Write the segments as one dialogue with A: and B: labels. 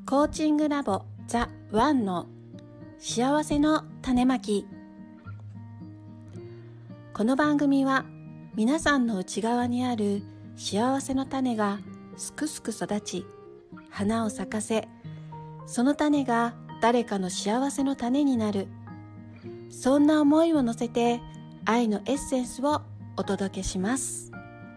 A: コーチングラボザ・ワンの幸せの種まき。この番組は皆さんの内側にある幸せの種がすくすく育ち、花を咲かせ、その種が誰かの幸せの種になる、そんな思いを乗せて愛のエッセンスをお届けします。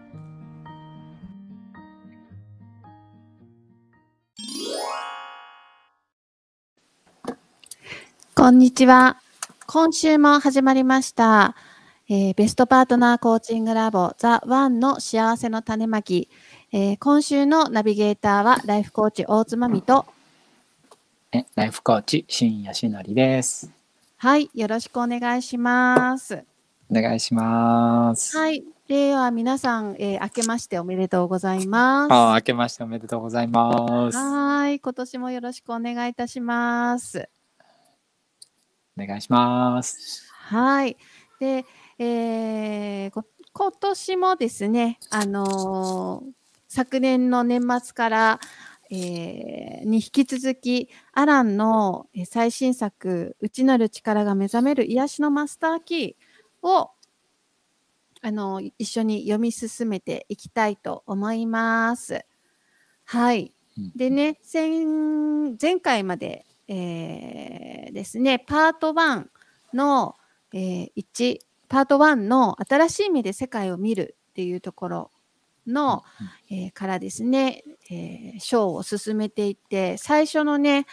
A: こんにちは。今週も始まりました、ベストパートナーコーチングラボザ・ワンの幸せの種まき、今週のナビゲーターはライフコーチ大津まみと
B: ライフコーチ新谷しのりです。
A: はい、よろしくお願いします。
B: お願いします。
A: はい、では皆さん、明けましておめでとうございます。
B: 明けましておめでとうございます。
A: はい、今年もよろしくお願いいたします。
B: お願いします。
A: はい。で、今年もですね、昨年の年末から、に引き続き、アランの最新作、内なる力が目覚める癒しのマスターキーを、一緒に読み進めていきたいと思います。はい。でね、前回まで、ですね、パート1の、1、パート1の新しい目で世界を見るっていうところの、からですね、章を進めていって、最初のね、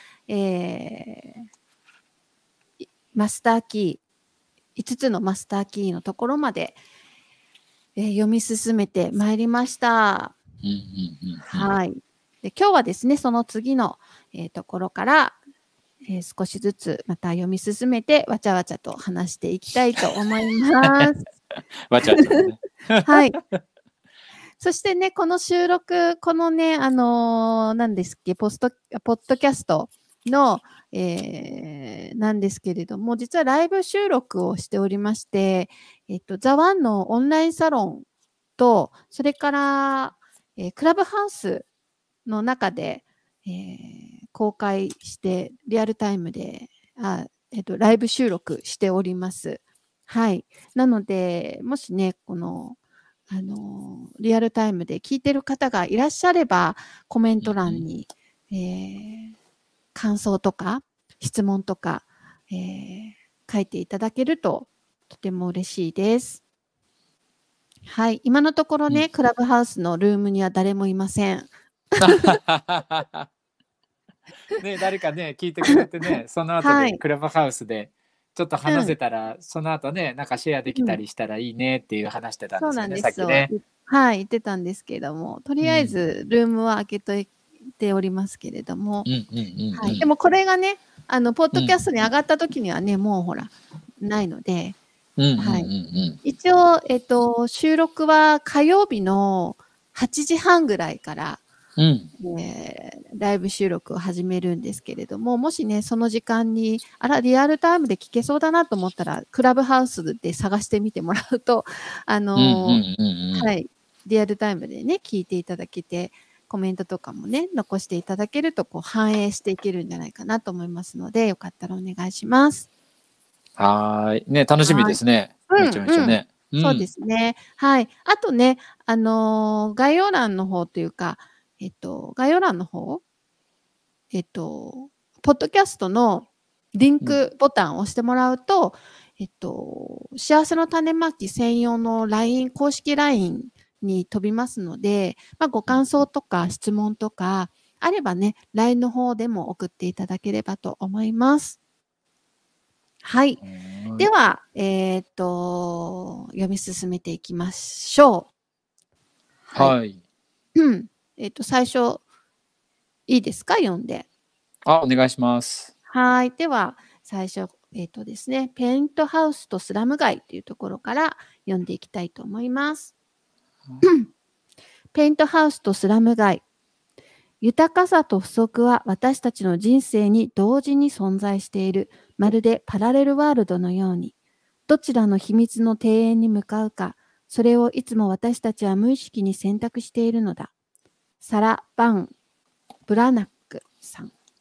A: マスターキー、5つのマスターキーのところまで、読み進めてまいりました。はい。で今日はですね、その次の、ところから、少しずつまた読み進めてわちゃわちゃと話していきたいと思います。
B: わちゃわちゃね。
A: はい。そしてね、この収録、このね、何ですっけ、ポッドキャストの、なんですけれども、実はライブ収録をしておりまして、ザワンのオンラインサロンと、それから、クラブハウスの中で、公開してリアルタイムでライブ収録しております。はい。なので、もしね、この、リアルタイムで聞いてる方がいらっしゃれば、コメント欄に、感想とか質問とか、書いていただけるととても嬉しいです。はい。今のところね、クラブハウスのルームには誰もいません。
B: ね、誰かね聞いてくれてね、その後でクラブハウスでちょっと話せたら、その後ね、なんかシェアできたりしたらいいねっていう話してたんですよね、さっきね。
A: はい、言ってたんですけれども、とりあえずルームは開けといておりますけれども、でもこれがね、ポッドキャストに上がった時にはね、もうほらないので、一応、収録は火曜日の8時半ぐらいから、ライブ収録を始めるんですけれども、もしね、その時間に、リアルタイムで聞けそうだなと思ったら、クラブハウスで探してみてもらうと、はい、リアルタイムでね、聞いていただけて、コメントとかもね、残していただけると、こう、反映していけるんじゃないかなと思いますので、よかったらお願いします。
B: はい。ね、楽しみですね。めちゃめちゃね。
A: そうですね。はい。あとね、概要欄の方というか、概要欄の方、ポッドキャストのリンクボタンを押してもらうと、幸せの種まき専用の LINE、公式 LINE に飛びますので、ご感想とか質問とかあればね、LINE の方でも送っていただければと思います。はい。では、読み進めていきましょう。
B: はい。
A: 最初、いいですか、読んで。
B: お願いします。
A: はい。では、最初、ですね、ペイントハウスとスラム街というところから読んでいきたいと思います。ペイントハウスとスラム街。豊かさと不足は私たちの人生に同時に存在している、まるでパラレルワールドのように、どちらの秘密の庭園に向かうか、それをいつも私たちは無意識に選択しているのだ。サラ・バン・ブラナックさん。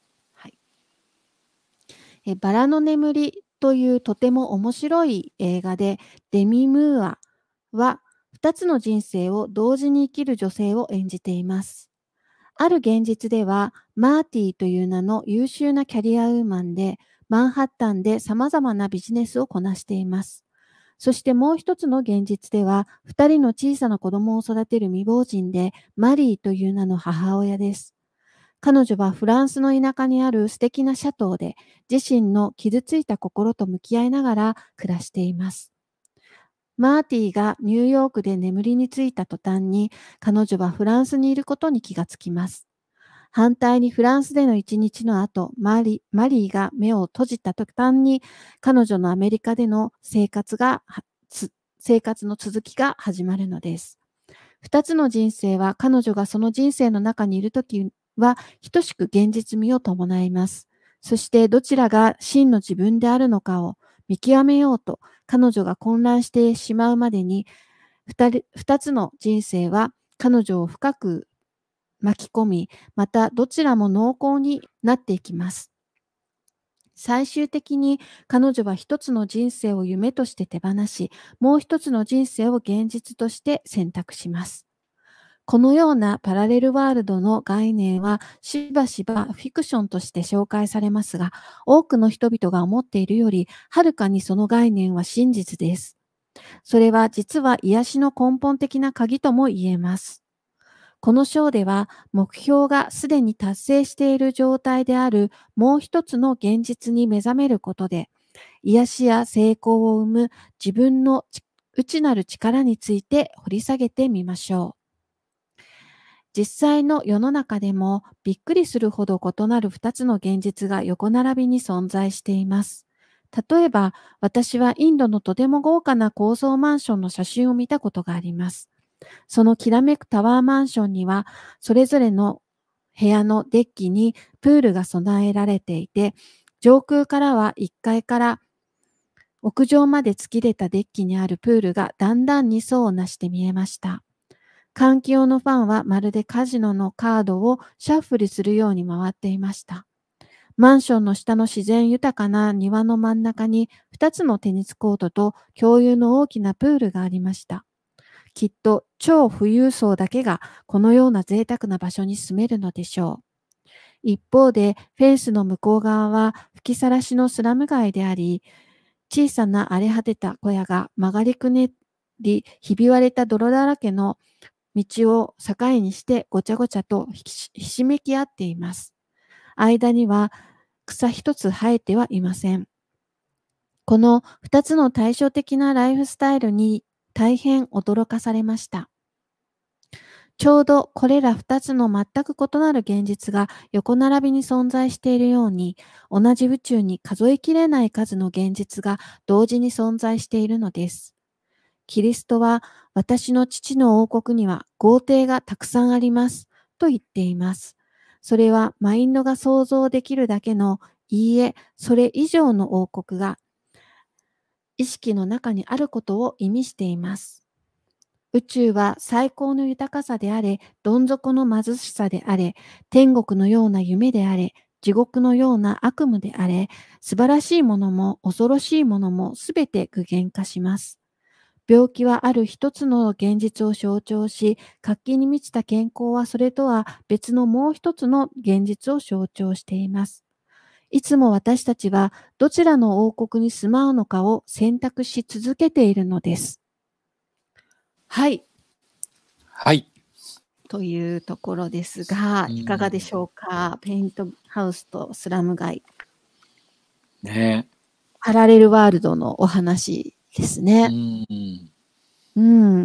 A: バラの眠りというとても面白い映画で、デミ・ムーアは2つの人生を同時に生きる女性を演じています。ある現実では、マーティという名の優秀なキャリアウーマンで、マンハッタンで様々なビジネスをこなしています。そしてもう一つの現実では、2人の小さな子供を育てる未亡人で、マリーという名の母親です。彼女はフランスの田舎にある素敵なシャトーで、自身の傷ついた心と向き合いながら暮らしています。マーティがニューヨークで眠りについた途端に、彼女はフランスにいることに気がつきます。反対にフランスでの一日の後、マリーが目を閉じた途端に、彼女のアメリカでの生活の続きが始まるのです。二つの人生は彼女がその人生の中にいるときは等しく現実味を伴います。そしてどちらが真の自分であるのかを見極めようと彼女が混乱してしまうまでに、二つの人生は彼女を深く巻き込み、またどちらも濃厚になっていきます。最終的に彼女は一つの人生を夢として手放し、もう一つの人生を現実として選択します。このようなパラレルワールドの概念はしばしばフィクションとして紹介されますが、多くの人々が思っているより、はるかにその概念は真実です。それは実は癒しの根本的な鍵とも言えます。この章では目標がすでに達成している状態であるもう一つの現実に目覚めることで、癒しや成功を生む自分の内なる力について掘り下げてみましょう。実際の世の中でもびっくりするほど異なる2つの現実が横並びに存在しています。例えば、私はインドのとても豪華な高層マンションの写真を見たことがあります。そのきらめくタワーマンションには、それぞれの部屋のデッキにプールが備えられていて、上空からは1階から屋上まで突き出たデッキにあるプールがだんだんに層をなして見えました。換気用のファンはまるでカジノのカードをシャッフルするように回っていました。マンションの下の自然豊かな庭の真ん中に2つのテニスコートと共有の大きなプールがありました。きっと超富裕層だけがこのような贅沢な場所に住めるのでしょう。一方でフェンスの向こう側は吹きさらしのスラム街であり、小さな荒れ果てた小屋が曲がりくねり、ひび割れた泥だらけの道を境にしてごちゃごちゃとひしめき合っています。間には草一つ生えてはいません。この2つの対照的なライフスタイルに大変驚かされました。ちょうどこれら2つの全く異なる現実が横並びに存在しているように、同じ宇宙に数えきれない数の現実が同時に存在しているのです。キリストは、私の父の王国には豪邸がたくさんありますと言っています。それはマインドが想像できるだけの、いいえ、それ以上の王国が意識の中にあることを意味しています。宇宙は最高の豊かさであれ、どん底の貧しさであれ、天国のような夢であれ、地獄のような悪夢であれ、素晴らしいものも恐ろしいものもすべて具現化します。病気はある一つの現実を象徴し、活気に満ちた健康はそれとは別のもう一つの現実を象徴しています。いつも私たちはどちらの王国に住まうのかを選択し続けているのです。はい。
B: はい。
A: というところですが、いかがでしょうか。ペイントハウスとスラム街。
B: ね。
A: パラレルワールドのお話ですね。うん。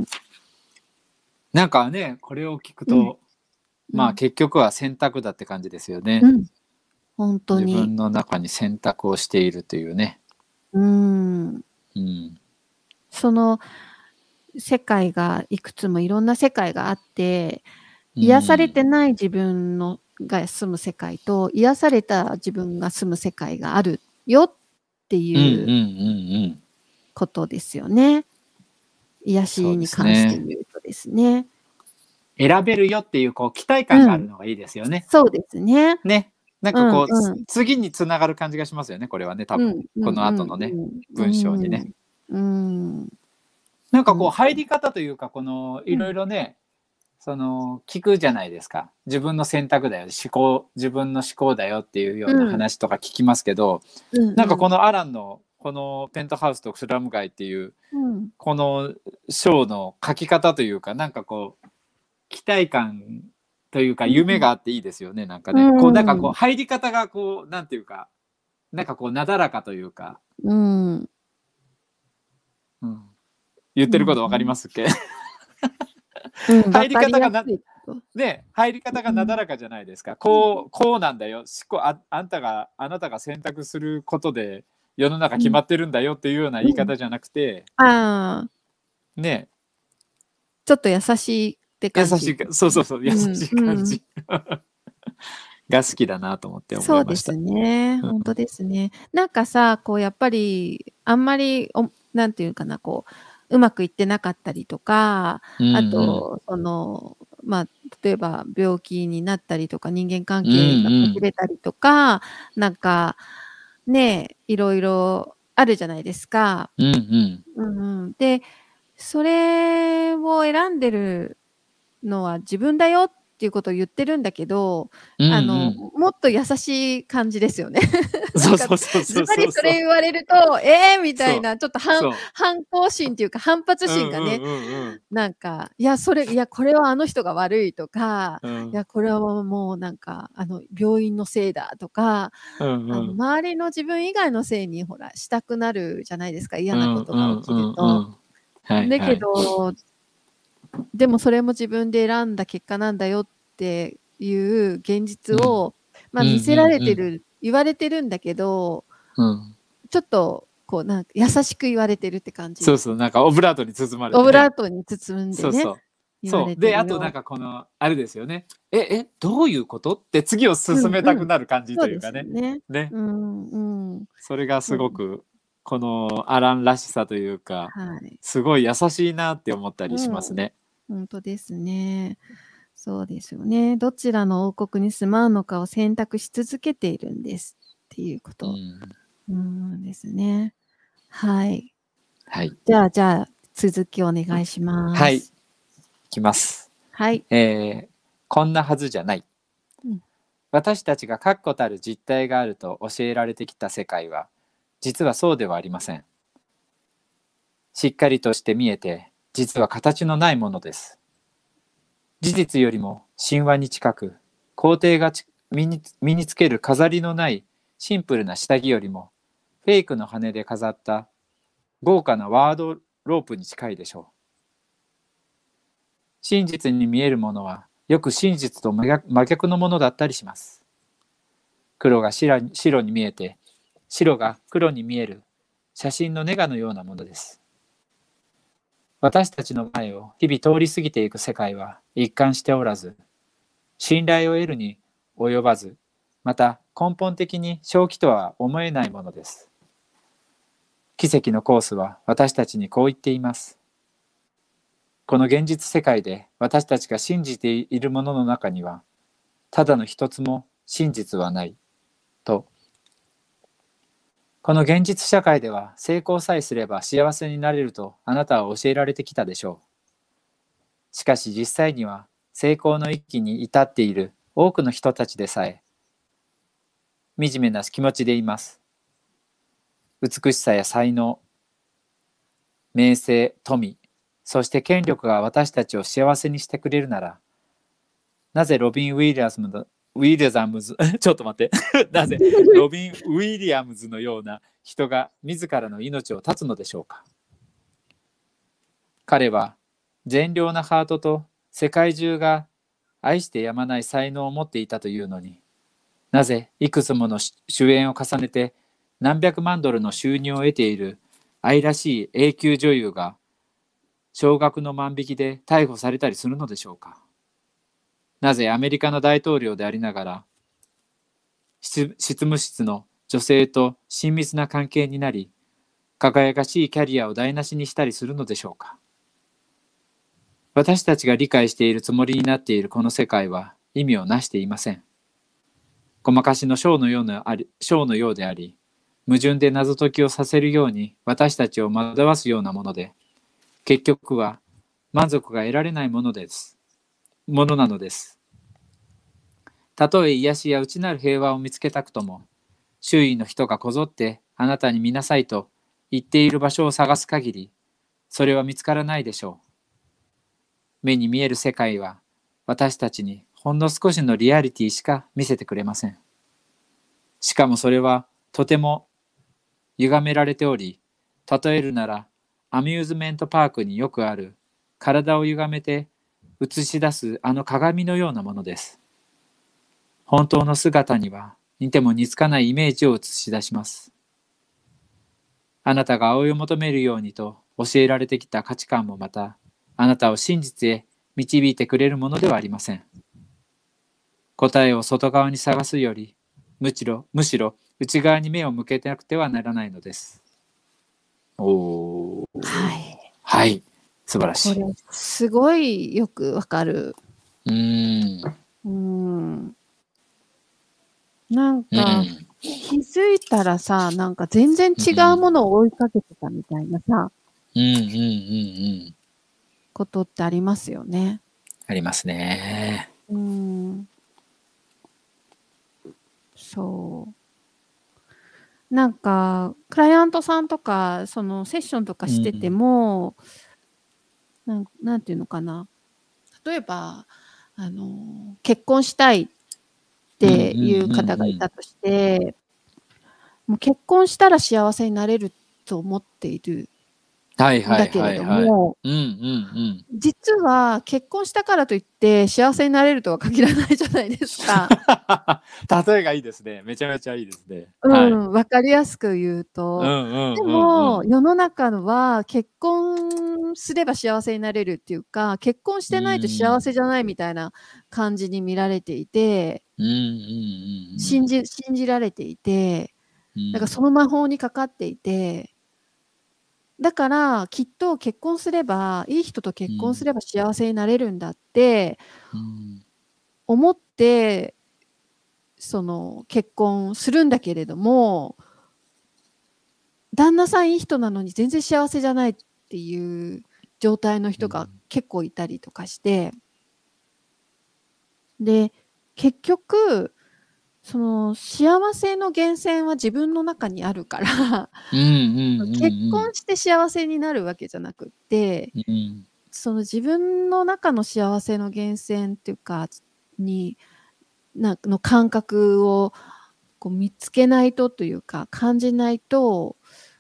B: なんかね、これを聞くと、まあ結局は選択だって感じですよね。
A: 本当に。
B: 自分の中に選択をしているというね。
A: その世界がいくつもいろんな世界があって、癒されてない自分のが住む世界と癒された自分が住む世界があるよっていうことですよね。癒しに関して言うとですね。
B: 選べるよっていうこう期待感があるのがいいですよね。
A: そうですね。
B: ね。 なんかこう、
A: うんうん、
B: 次につながる感じがしますよね、これはね、多分、
A: うん、うん、
B: この
A: うん、
B: 後のね、
A: う
B: 文章にね。
A: ん、うん、
B: なんかこう、
A: うん、
B: 入り方というか、この、いろいろね、聞くじゃないですか。自分の選択だよ、自分の思考だよっていうような
A: うん、
B: 話とか聞きますけど、
A: うん、
B: なんか
A: うん、
B: このアランの、このペントハウスとスラム街っていう、
A: うん、
B: この章の書き方というか、なんかこう、期待感というか、夢があっていいですよね、なんか
A: う
B: ね。こう、なんかこう、
A: ん、
B: 入り方がこう、なんていうか、なんかこう、なだらかというか、
A: うん、
B: うん、言ってることわかりますっけ？
A: うん、わ
B: 入り
A: かり
B: 方がな、
A: やすいこと。
B: ね、入り方が
A: うん、
B: なだらかじゃないですか。こうなんだよ。あなたが選択することで世の中
A: うん、
B: 決まってるんだよっていうような言い
A: うん。
B: 方じゃなくて、
A: ああ、
B: ね、
A: ちょっと優しいって感じ
B: 優しいか、そうそうそう、優
A: うん、
B: しい
A: うん。
B: 感じが好きだなと思って思いました。
A: そうですね。
B: うん、
A: 本当ですね。なんかさ、こうやっぱり、あんまり、なんていうかな、こう、うまくいってなかったりとか、
B: うん、
A: あ
B: うん、
A: と、まあ、例えば病気になったりとか、人間関
B: うん、
A: 係がこ
B: うん、
A: じれたりとか、なんか、ね、いろいろあるじゃないですか。
B: うん、うん、
A: うんうん。で、それを選んでるのは自分だよっていうことを言ってるんだけど、
B: うん、うん。
A: もっと優しい感じですよね。なんか、
B: そうそうそうそう
A: ズバリ
B: そうそう。
A: それ言われると、ええ！みた
B: そう。
A: いな、ちょっと
B: そ
A: 反抗心っていうか、反発
B: う。うん、
A: 心がね、
B: うん、うん、うん。
A: なんか、いや、これはあの人が悪いとか、
B: うん、
A: いや、これはもうなんか、病院のせいだとか、
B: うん、うん、
A: 周りの自分以外のせいにほら、したくなるじゃないですか、嫌なこ
B: うん、うん、
A: とが起きる
B: うん、う
A: と。
B: ん。はい、
A: だけ
B: はい。
A: どでもそれも自分で選んだ結果なんだよっていう現実
B: うん、
A: を、ま、
B: うん、
A: 見せられ
B: うん、うん。
A: てる言われてるんだけど、
B: うん。
A: ちょっとこうなんか優しく言われてるって感じ。
B: そうそう、なんかオブラートに包まれ
A: オブラ
B: てね。
A: ートに包んでね、
B: そうそう。
A: 言われ
B: そう。で、あとなん
A: てるよ。
B: かこの、あれですよね。どういうことって次を進めた
A: うんうん。
B: くなる感じ
A: そうですよ
B: というかね。
A: ね。
B: ね。
A: うんうん。
B: それがす
A: そう、
B: ごく、このアランらしさというか、
A: はい。
B: すごい優しいなって思ったりし
A: うん。
B: ますね。
A: ほんとですね。そうですよね。どちらの王国に住まうのかを選択し続けているんですっていうこと
B: うん。
A: ですね。はい。
B: はい。
A: じゃあ、続きお願いしま
B: はい。い
A: す。
B: きます。
A: はい。
B: こんなはずじゃない。
A: うん。
B: 私たちが確固たる実体があると教えられてきた世界は、実はそうではありません。しっかりとして見えて、実は形のないものです。事実よりも神話に近く、皇帝が身につける飾りのないシンプルな下着よりも、フェイクの羽で飾った豪華なワードロープに近いでしょう。真実に見えるものは、よく真実と真逆のものだったりします。黒が白に見えて、白が黒に見える写真のネガのようなものです。私たちの前を日々通り過ぎていく世界は一貫しておらず、信頼を得るに及ばず、また根本的に正気とは思えないものです。奇跡のコースは私たちにこう言っています。この現実世界で私たちが信じているものの中には、ただの一つも真実はないと。この現実社会では成功さえすれば幸せになれるとあなたは教えられてきたでしょう。しかし実際には成功の域に至っている多くの人たちでさえ惨めな気持ちでいます。美しさや才能、名声、富、そして権力が私たちを幸せにしてくれるなら、なぜロビン・ウィリアムズちょっと待ってなぜロビン・ウィリアムズのような人が自らの命を絶つのでしょうか。彼は善良なハートと世界中が愛してやまない才能を持っていたというのに、なぜいくつもの主演を重ねて何百万ドルの収入を得ている愛らしい永久女優が少額の万引きで逮捕されたりするのでしょうか。なぜアメリカの大統領でありながら執務室の女性と親密な関係になり、輝かしいキャリアを台無しにしたりするのでしょうか。私たちが理解しているつもりになっているこの世界は意味をなしていません。 ごまかしのショーのようであり、矛盾で謎解きをさせるように私たちを惑わすようなもので、結局は満足が得られないものなのです。たとえ癒しや内なる平和を見つけたくとも、周囲の人がこぞってあなたに見なさいと言っている場所を探す限り、それは見つからないでしょう。目に見える世界は私たちにほんの少しのリアリティしか見せてくれません。しかもそれはとても歪められており、例えるならアミューズメントパークによくある体を歪めて映し出すあの鏡のようなものです。本当の姿には似ても似つかないイメージを映し出します。あなたが追い求めるようにと教えられてきた価値観もまた、あなたを真実へ導いてくれるものではありません。答えを外側に探すより、むしろ内側に目を向けなくてはならないのです。おー。
A: はい。
B: はい。素晴らしい。
A: これ、すごいよくわかる。なんか、気づいたらさ、なんか全然違うものを追いかけてたみたいなさ、ことってありますよね。
B: ありますね。
A: そう。なんか、クライアントさんとか、そのセッションとかしてても、なんていうのかな。例えば、結婚したいっていう方がいたとして、もう結婚したら幸せになれると思っているんだけれども、実は結婚したからといって幸せになれるとは限らないじゃないですか。
B: 例えがいいですね。めちゃめちゃいいですね。
A: わかりやすく言うと。でも、世の中は結婚すれば幸せになれるっていうか、結婚してないと幸せじゃないみたいな感じに見られていて、信じられていて、だからその魔法にかかっていて、だからきっと結婚すれば、いい人と結婚すれば幸せになれるんだって思って、その結婚するんだけれども、旦那さんいい人なのに全然幸せじゃないっていう状態の人が結構いたりとかして、で、結局その幸せの源泉は自分の中にあるから結婚して幸せになるわけじゃなくって、その自分の中の幸せの源泉っていうかの感覚をこう見つけないとというか感じないと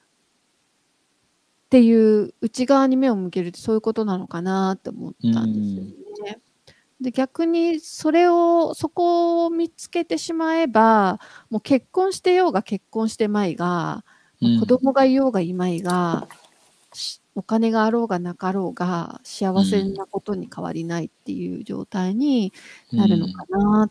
A: っていう内側に目を向けるってそういうことなのかなって思ったんですよね。で、逆にそこを見つけてしまえば、もう結婚してようが結婚してまいが、子供がいようがいまいが、お金があろうがなかろうが幸せなことに変わりないっていう状態になるのかなって。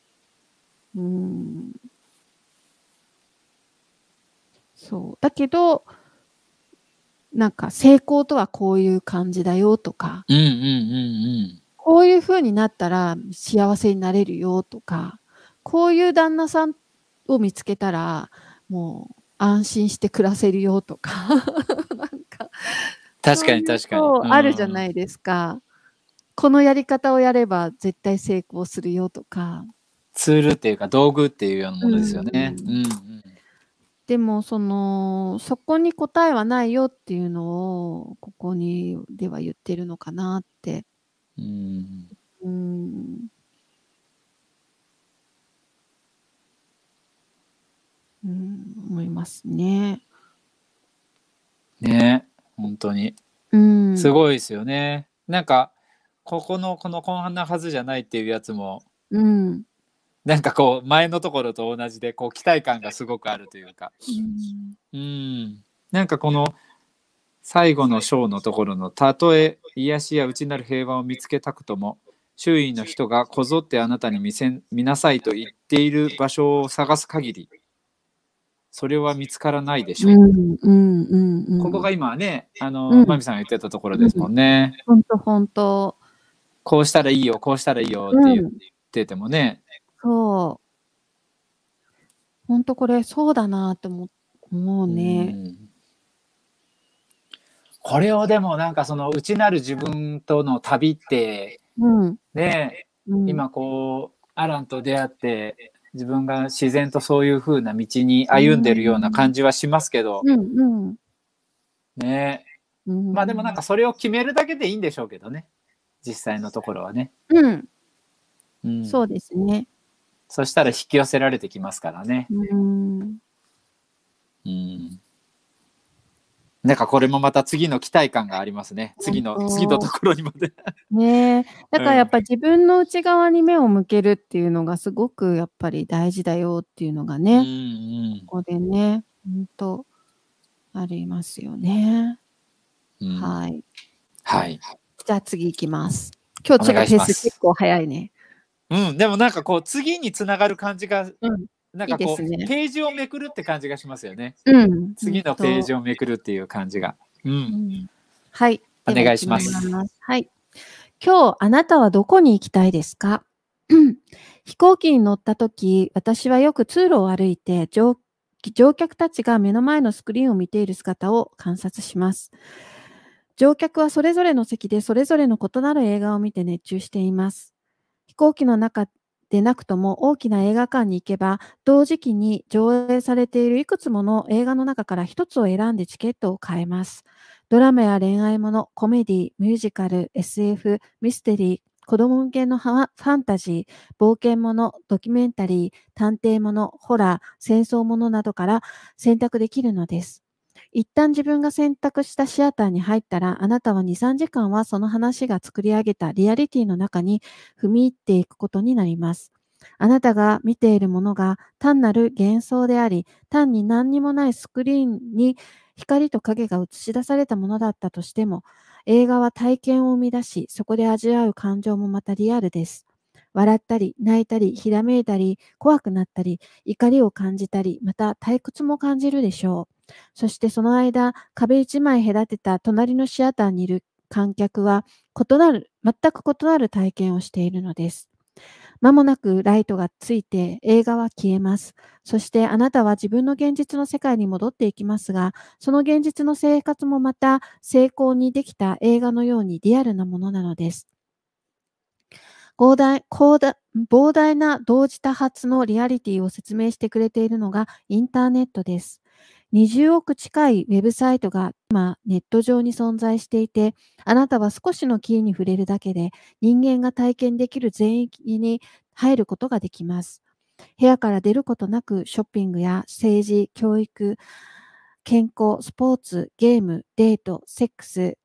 A: そう。だけど、なんか成功とはこういう感じだよとか、こういう風になったら幸せになれるよとか、こういう旦那さんを見つけたらもう安心して暮らせるよとかなんか
B: 確かに確かに。
A: あるじゃないですか。このやり方をやれば絶対成功するよとか。
B: ツールっていうか道具っていうようなものですよね。
A: でもそこに答えはないよっていうのをここでは言ってるのかなって。思いますね。
B: ね、本当に。すごいですよね。なんかこのこんなはずじゃないっていうやつも、なんかこう前のところと同じでこう期待感がすごくあるというか、なんかこの最後の章のところのたとえ癒しや内なる平和を見つけたくとも周囲の人がこぞってあなたに見なさいと言っている場所を探す限りそれは見つからないでしょう。ここが今ねまみさんが言ってたところですもんね。
A: 本当
B: こうしたらいいよこうしたらいいよって言っててもね、
A: そうほんとこれそうだなって思うね。
B: これをでもなんかその内なる自分との旅って
A: うん。
B: ね、
A: うん。
B: 今こうアランと出会って自分が自然とそういう風な道に
A: うー
B: 歩んでるような感
A: ん。
B: じはしますけど、
A: うんうん。
B: ね。
A: うー
B: まあでもなん
A: ん。
B: かそれを決めるだけでいいんでしょうけどね、実際のところはね。
A: うん。
B: うん。
A: そうですね。
B: そしたら引き寄せられてきますからね。
A: うーん。
B: うん。なんかこれもまた次の期待感がありますね。
A: ほん
B: 次のと
A: と。
B: ころにまで。
A: ね。だ
B: うん。
A: からやっぱ自分の内側に目を向けるっていうのがすごくやっぱり大事だよっていうのが
B: うんう
A: ね、
B: ん。
A: ここでね、ほんとありますよね。
B: うん。
A: はい。
B: はい。
A: じゃあ次行きます。今日ちょっと
B: お願いし
A: ペー
B: ます。
A: ス結構早いね。
B: うん、でもなんかこう次に繋がる感じが、
A: うん。いい
B: なんかこう
A: ですね。
B: ページをめくるって感じがしますよね。
A: うん、ほん
B: 次のページ
A: と。
B: をめくるっていう感じが。うん。
A: うん。はい、
B: お願い
A: では行きま
B: します。
A: す。はい。今日あなたはどこに行きたいですか？飛行機に乗った時、私はよく通路を歩いて、乗客たちが目の前のスクリーンを見ている姿を観察します。乗客はそれぞれの席でそれぞれの異なる映画を見て熱中しています。飛行機の中でなくとも大きな映画館に行けば、同時期に上映されているいくつもの映画の中から一つを選んでチケットを買えます。ドラマや恋愛もの、コメディ、ミュージカル、SF、ミステリー、子供向けのファンタジー、冒険もの、ドキュメンタリー、探偵もの、ホラー、戦争ものなどから選択できるのです。一旦自分が選択したシアターに入ったら、あなたは2、3時間はその話が作り上げたリアリティの中に踏み入っていくことになります。あなたが見ているものが単なる幻想であり、単に何にもないスクリーンに光と影が映し出されたものだったとしても、映画は体験を生み出し、そこで味わう感情もまたリアルです。笑ったり、泣いたり、ひらめいたり、怖くなったり、怒りを感じたり、また退屈も感じるでしょう。そしてその間、壁一枚隔てた隣のシアターにいる観客は全く異なる体験をしているのです。間もなくライトがついて映画は消えます。そしてあなたは自分の現実の世界に戻っていきますが、その現実の生活もまた成功にできた映画のようにリアルなものなのです。膨大な同時多発のリアリティを説明してくれているのがインターネットです。20億近いウェブサイトが今ネット上に存在していて、あなたは少しのキーに触れるだけで人間が体験できる全域に入ることができます。部屋から出ることなくショッピングや政治、教育、健康、スポーツ、ゲーム、デート、セックス、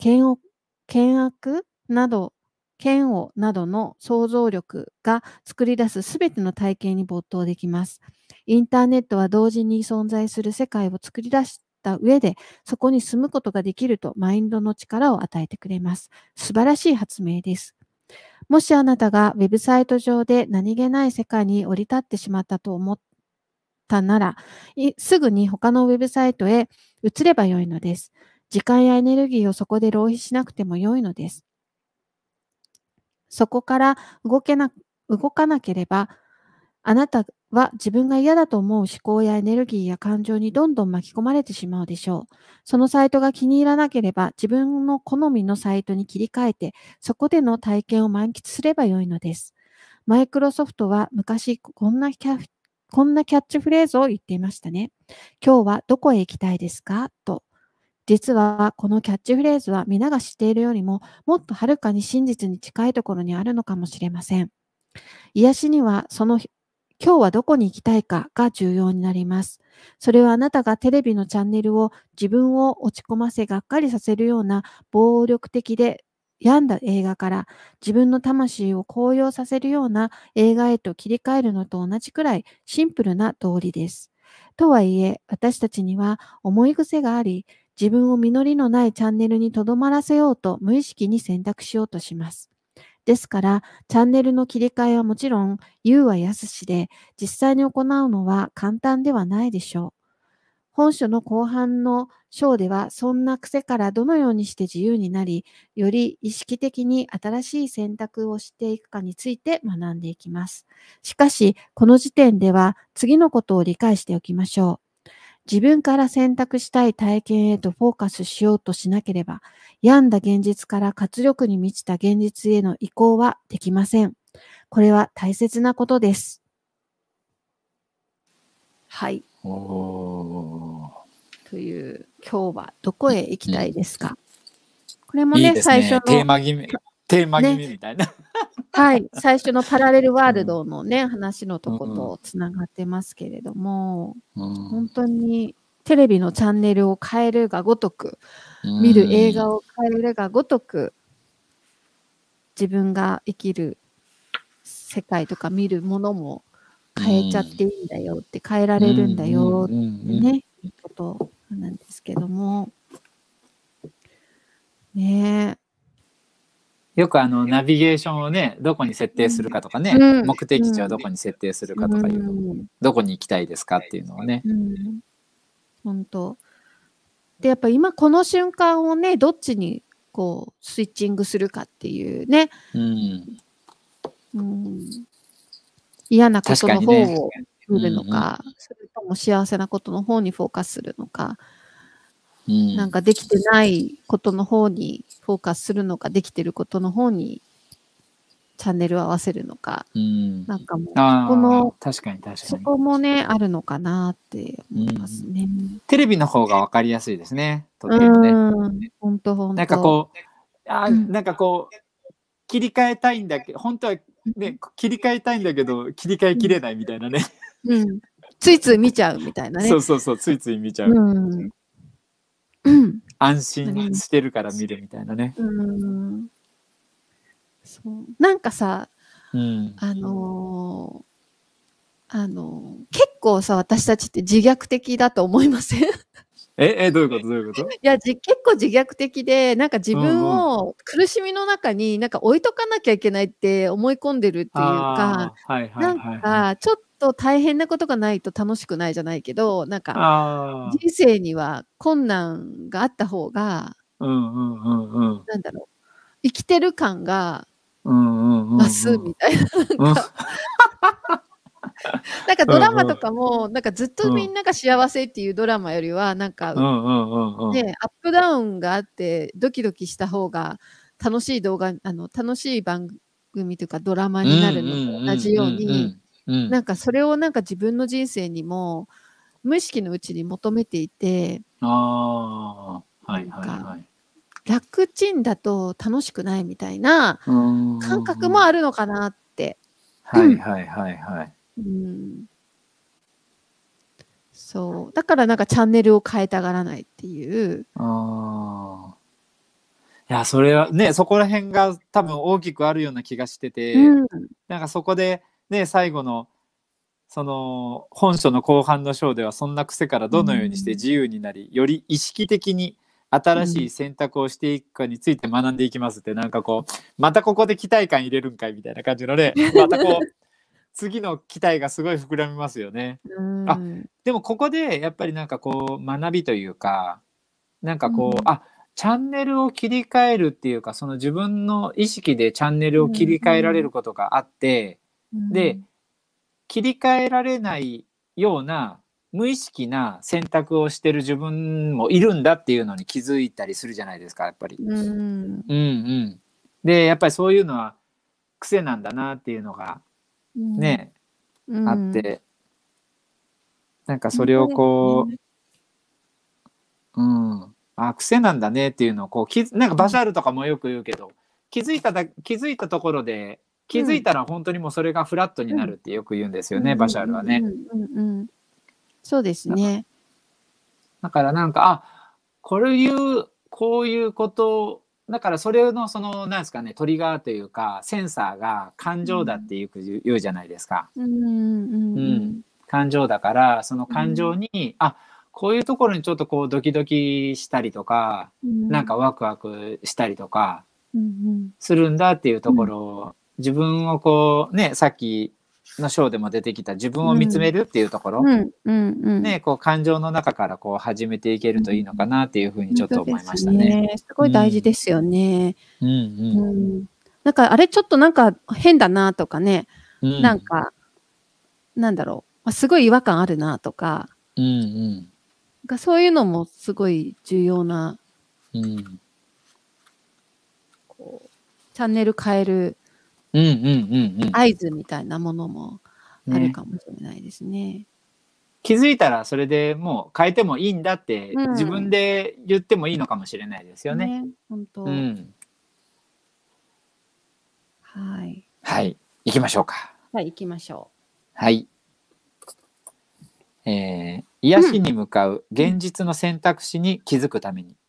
A: 嫌悪などの想像力が作り出すすべての体験に没頭できます。インターネットは同時に存在する世界を作り出した上で、そこに住むことができるとマインドの力を与えてくれます。素晴らしい発明です。もしあなたがウェブサイト上で何気ない世界に降り立ってしまったと思ったなら、すぐに他のウェブサイトへ移ればよいのです。時間やエネルギーをそこで浪費しなくてもよいのです。そこから動かなければ、あなたは自分が嫌だと思う思考やエネルギーや感情にどんどん巻き込まれてしまうでしょう。そのサイトが気に入らなければ、自分の好みのサイトに切り替えて、そこでの体験を満喫すればよいのです。マイクロソフトは昔こんなキャッチフレーズを言っていましたね。今日はどこへ行きたいですかと。実はこのキャッチフレーズは皆が知っているよりももっとはるかに真実に近いところにあるのかもしれません。癒しには今日はどこに行きたいかが重要になります。それはあなたがテレビのチャンネルを自分を落ち込ませがっかりさせるような暴力的で病んだ映画から自分の魂を高揚させるような映画へと切り替えるのと同じくらいシンプルな道理です。とはいえ、私たちには思い癖があり、自分を実りのないチャンネルにとどまらせようと無意識に選択しようとします。ですから、チャンネルの切り替えはもちろん、言うは易しで、実際に行うのは簡単ではないでしょう。 本書の後半の章では、そんな癖からどのようにして自由になり、より意識的に新しい選択をしていくかについて学んでいきます。しかし、この時点では次のことを理解しておきましょう。自分から選択したい体験へとフォーカスしようとしなければ、病んだ現実から活力に満ちた現実への移行はできません。これは大切なことです。はい。
B: おー、
A: という、今日はどこへ行きたいですか？これもね、
B: いいですね。
A: 最初の、
B: テーマ決め
A: ね、
B: みたいな。
A: はい、最初のパラレルワール
B: うん
A: ドのね、話のと
B: うん
A: ことつながってますけれども、
B: うん
A: 本当にテレビのチャンネルを変えるがごとく、
B: うん
A: 見る映画を変えるがごとく、自分が生きる世界とか見るものも変えちゃっていいんだよって、変えられるんだよってね、いうことなんですけども。ね
B: よくナビゲーションをね、どこに設定するかとかね、
A: うん
B: 目的地はどこに設定するかとかいう、どこに行きたいですかっていうのをね。
A: 本当。で、やっぱ今この瞬間をね、どっちにこうスイッチングするかっていうね、嫌なことの方を見るのか、それとも幸せなことの方にフォーカスするのか、なんかできてないことの方にフォーカスするのか、できてることの方にチャンネルを合わせるのか、なんかもうそこの、
B: 確かに
A: そこもね、あるのかなって思いますね。
B: テレビの方が分かりやすいですね。とってもね。
A: 本当。
B: なんかこう、なんかこう、切り替えたいんだけど、本当はね、切り替えたいんだけど、切り替えきれないみたいなね。
A: ついつい見ちゃうみたいなね。
B: そう、ついつい見ちゃう。安心してるから見るみたいなね。
A: そう。なんかさ、結構さ、私たちって自虐的だと思いません？
B: どういうこと
A: いや、結構自虐的で、なんか自分を苦しみの中になんか置いとかなきゃいけないって思い込んでるっていうか、なんかちょっと大変なことがないと楽しくないじゃないけど、なんか人生には困難があった方が、なんだろう、生きてる感が増すみたいな、なんかドラマとかも、なんかずっとみんなが幸せっていうドラマよりは、なんか、ね、アップダウンがあって、ドキドキした方が楽しい楽しい番組というかドラマになるのと同じように、なんかそれをなんか自分の人生にも無意識のうちに求めていて、楽ちんだと楽しくないみたいな感覚もあるのかなって。そう。だからなんかチャンネルを変えたがらないっていう。
B: いや、それはね、そこら辺が多分大きくあるような気がしてて、なんかそこでね、最後のその本書の後半の章では、そんな癖からどのようにして自由になり、より意識的に新しい選択をしていくかについて学んでいきますって、なんかこう、またここで期待感入れるんかいみたいな感じのね、またこう次の期待がすごい膨らみますよね。でもここでやっぱりなんかこう学びというか、なんかこう、チャンネルを切り替えるっていうか、その自分の意識でチャンネルを切り替えられることがあって、で切り替えられないような無意識な選択をしてる自分もいるんだっていうのに気づいたりするじゃないですか、やっぱり。でやっぱりそういうのは癖なんだなっていうのがね、あって、なんかそれをこう、癖なんだねっていうのをこうなんかバシャールとかもよく言うけど、気づいたところで気づいたら本当にもうそれがフラットになるってよく言うんですよね、バシャールはね。
A: そうですね。
B: だからなんかこういうことだから、それのそのなんですかね、トリガーというかセンサーが感情だってよく言うじゃないですか。感情だから、その感情にこういうところにちょっとこうドキドキしたりとか、なんかワクワクしたりとかするんだっていうところを、自分をこうね、さっきの章でも出てきた自分を見つめるっていうところ、ね、こう感情の中からこう始めていけるといいのかなっていうふうにちょっと思いましたね。
A: すごい大事ですよね。
B: うん
A: なんかあれちょっとなんか変だなとかね、
B: うん
A: なんかなんだろう、すごい違和感あるなとか、そういうのもすごい重要な、こうチャンネル変える合図みたいなものもあるかもしれないですね。
B: 気づいたらそれでもう変えてもいいんだって自分で言ってもいいのかもしれないですよね。
A: 本当。はい。
B: はい、行きましょうか。
A: はい、行きましょ
B: う。はい。癒しに向かう現実の選択肢に気づくために、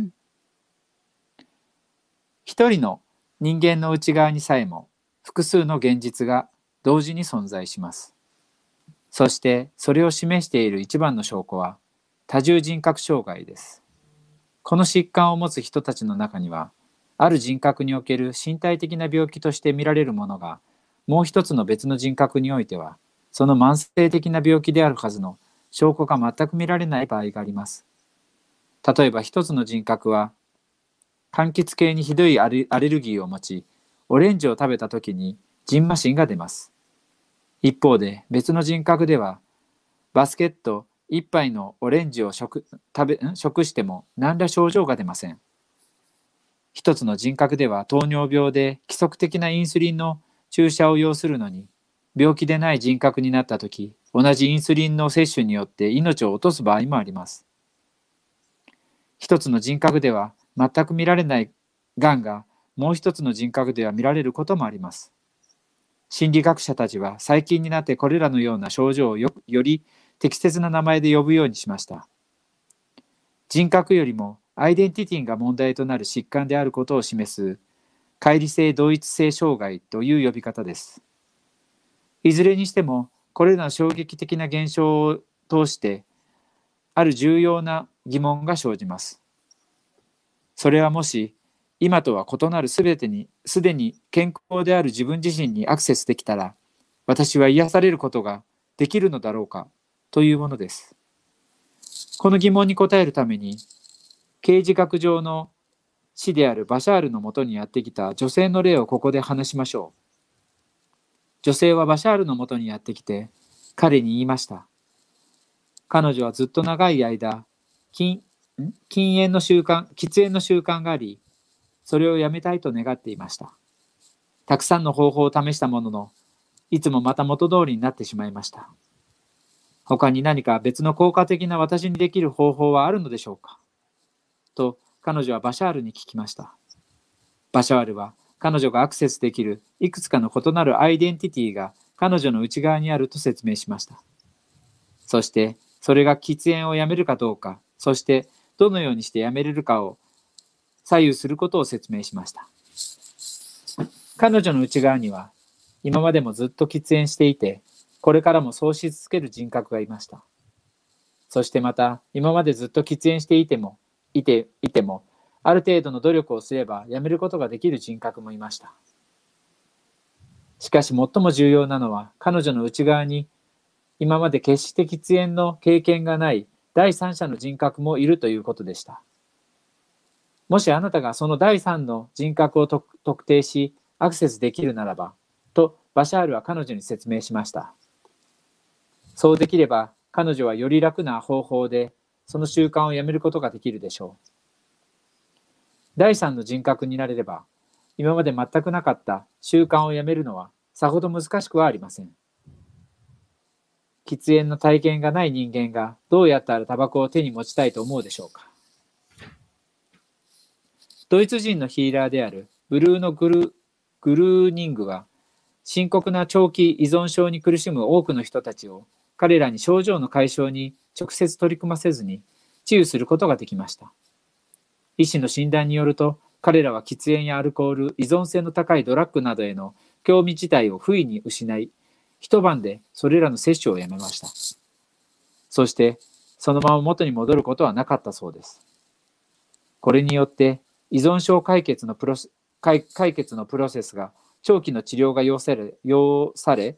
B: 一人の人間の内側にさえも複数の現実が同時に存在します。そしてそれを示している一番の証拠は多重人格障害です。この疾患を持つ人たちの中には、ある人格における身体的な病気として見られるものが、もう一つの別の人格においてはその慢性的な病気であるはずの証拠が全く見られない場合があります。例えば一つの人格は柑橘系にひどいアレルギーを持ち、オレンジを食べた時に蕁麻疹が出ます。一方で別の人格ではバスケット一杯のオレンジを食しても何ら症状が出ません。一つの人格では糖尿病で規則的なインスリンの注射を要するのに、病気でない人格になったとき、同じインスリンの摂取によって命を落とす場合もあります。一つの人格では全く見られないがんがもう一つの人格では見られることもあります。心理学者たちは最近になってこれらのような症状をより適切な名前で呼ぶようにしました。人格よりもアイデンティティが問題となる疾患であることを示す乖離性同一性障害という呼び方です。いずれにしてもこれらの衝撃的な現象を通してある重要な疑問が生じます。それはもし今とは異なるすでに健康である自分自身にアクセスできたら、私は癒されることができるのだろうかというものです。この疑問に答えるために、刑事学上の師であるバシャールのもとにやってきた女性の例をここで話しましょう。女性はバシャールのもとにやってきて、彼に言いました。彼女はずっと長い間、喫煙の習慣があり、それをやめたいと願っていました。たくさんの方法を試したものの、いつもまた元通りになってしまいました。他に何か別の効果的な私にできる方法はあるのでしょうかと彼女はバシャールに聞きました。バシャールは彼女がアクセスできるいくつかの異なるアイデンティティが彼女の内側にあると説明しました。そしてそれが喫煙をやめるかどうか、そしてどのようにしてやめれるかを左右することを説明しました。彼女の内側には今までもずっと喫煙していて、これからもそうし続ける人格がいました。そしてまた今までずっと喫煙していてもある程度の努力をすればやめることができる人格もいました。しかし最も重要なのは、彼女の内側に今まで決して喫煙の経験がない第三者の人格もいるということでした。もしあなたがその第三の人格を特定しアクセスできるならば、とバシャールは彼女に説明しました。そうできれば彼女はより楽な方法でその習慣をやめることができるでしょう。第三の人格になれれば、今まで全くなかった習慣をやめるのはさほど難しくはありません。喫煙の体験がない人間がどうやったらタバコを手に持ちたいと思うでしょうか。ドイツ人のヒーラーであるブルーノ・グルーニングは、深刻な長期依存症に苦しむ多くの人たちを彼らに症状の解消に直接取り組ませずに治癒することができました。医師の診断によると、彼らは喫煙やアルコール、依存性の高いドラッグなどへの興味自体を不意に失い、一晩でそれらの摂取をやめました。そしてそのまま元に戻ることはなかったそうです。これによって依存症解決のプロセスが長期の治療が要され、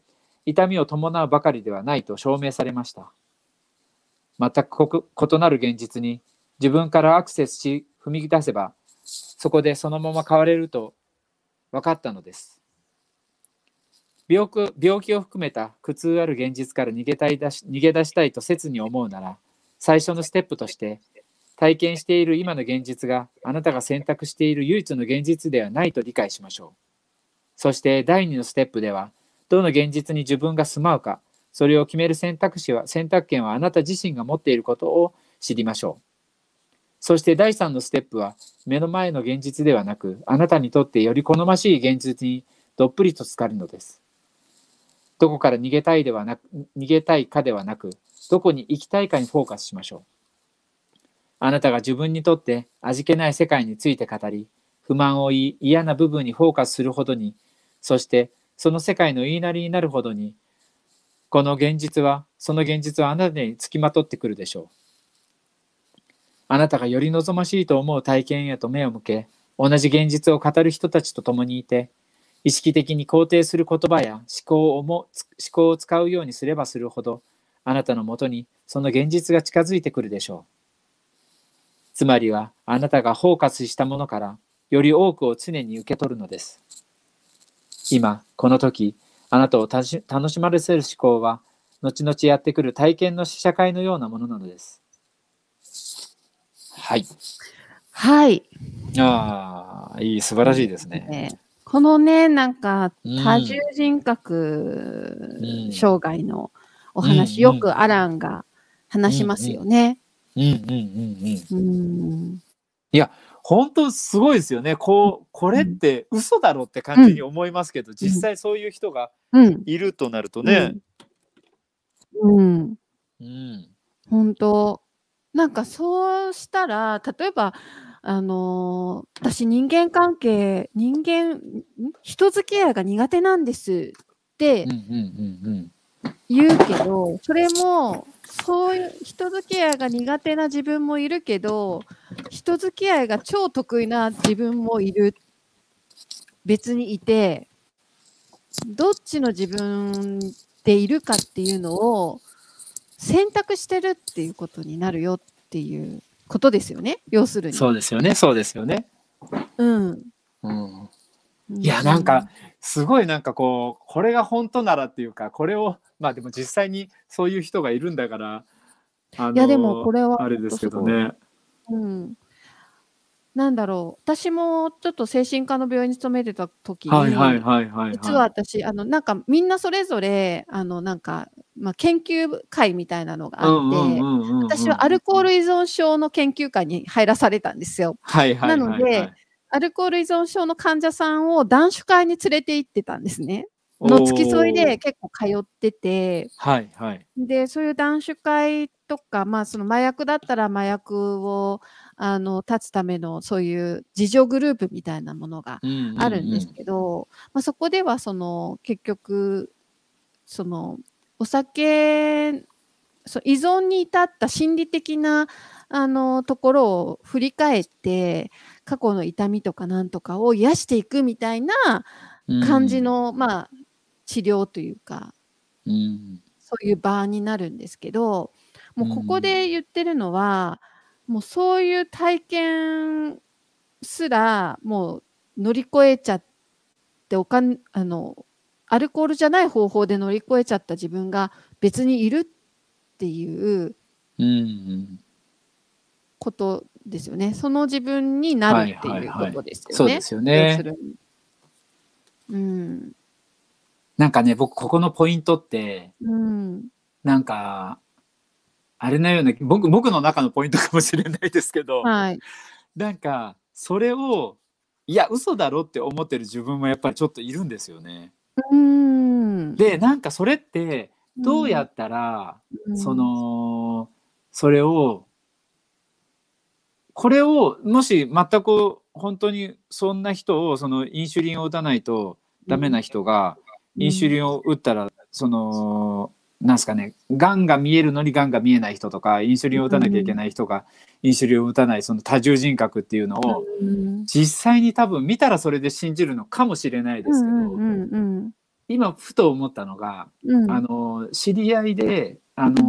B: 痛みを伴うばかりではないと証明されました。全く異なる現実に自分からアクセスし踏み出せば、そこでそのまま変われると分かったのです。病気を含めた苦痛ある現実から逃げ出したいと切に思うなら、最初のステップとして体験している今の現実があなたが選択している唯一の現実ではないと理解しましょう。そして第2のステップでは、どの現実に自分が住まうか、それを決める選択権はあなた自身が持っていることを知りましょう。そして第3のステップは、目の前の現実ではなく、あなたにとってより好ましい現実にどっぷりと浸かるのです。どこから逃げたいかではなく、どこに行きたいかにフォーカスしましょう。あなたが自分にとって味気ない世界について語り、不満を言い、嫌な部分にフォーカスするほどに、そしてその世界の言いなりになるほどに、その現実はあなたにつきまとってくるでしょう。あなたがより望ましいと思う体験へと目を向け、同じ現実を語る人たちと共にいて、意識的に肯定する言葉や思考を使うようにすればするほど、あなたのもとにその現実が近づいてくるでしょう。つまりは、あなたがフォーカスしたものからより多くを常に受け取るのです。今、この時、あなたを楽しませる思考は、後々やってくる体験の試写会のようなものなのです。はい。
A: はい。
B: 素晴らしいですね。
A: このね、なんか多重人格障害のお話、よくアランが話しますよね。い
B: や、本当すごいですよね。これって嘘だろって感じに思いますけど、実際そういう人がいるとなるとね。
A: 本当なんかそうしたら、例えば私人付き合いが苦手なんですって言うけど、それもそういう人付き合いが苦手な自分もいるけど、人付き合いが超得意な自分も別にいて、どっちの自分でいるかっていうのを選択してるっていうことになるよっていうことですよね、要するに。
B: そうですよね。いや、なんかすごいこれが本当ならっていうか、これをでも実際にそういう人がいるんだから、
A: いやでもこれは
B: あれですけどね。
A: なんだろう、私もちょっと精神科の病院に勤めてた時に、実は私なんかみんなそれぞれ研究会みたいなのがあって、私はアルコール依存症の研究会に入らされたんですよ。なのでアルコール依存症の患者さんを断酒会に連れて行ってたんですね。の付き添いで結構通ってて、でそういう断酒会とか、その麻薬だったら麻薬を断つためのそういう自助グループみたいなものがあるんですけど、そこでは結局お酒依存に至った心理的なところを振り返って過去の痛みとかなんとかを癒していくみたいな感じの、治療というか、そういう場になるんですけど、もうここで言ってるのは、もうそういう体験すらもう乗り越えちゃってアルコールじゃない方法で乗り越えちゃった自分が別にいるっていうことですよね。その自分になるっていうことですよね。
B: そうですよね。なんかね、僕ここのポイントって、なんかあれのような僕の中のポイントかもしれないですけど、なんかそれをいや嘘だろって思ってる自分もやっぱりちょっといるんですよね。で、なんかそれってどうやったら、これをもし全く本当にそんな人をインシュリンを打たないとダメな人がインシュリンを打ったらなんすかね、がんが見えるのにがんが見えない人とか、インシュリンを打たなきゃいけない人がインシュリンを打たないその多重人格っていうのを実際に多分見たらそれで信じるのかもしれないですけど、 今ふと思ったのが、知り合いで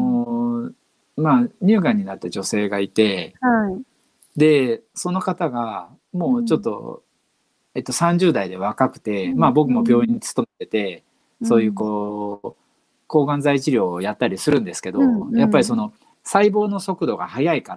B: 乳がんになった女性がいて、
A: はい。
B: でその方がもうちょっと、30代で若くて、僕も病院に勤めてて、そういう抗がん剤治療をやったりするんですけど、やっぱりその細胞の速度が速いから、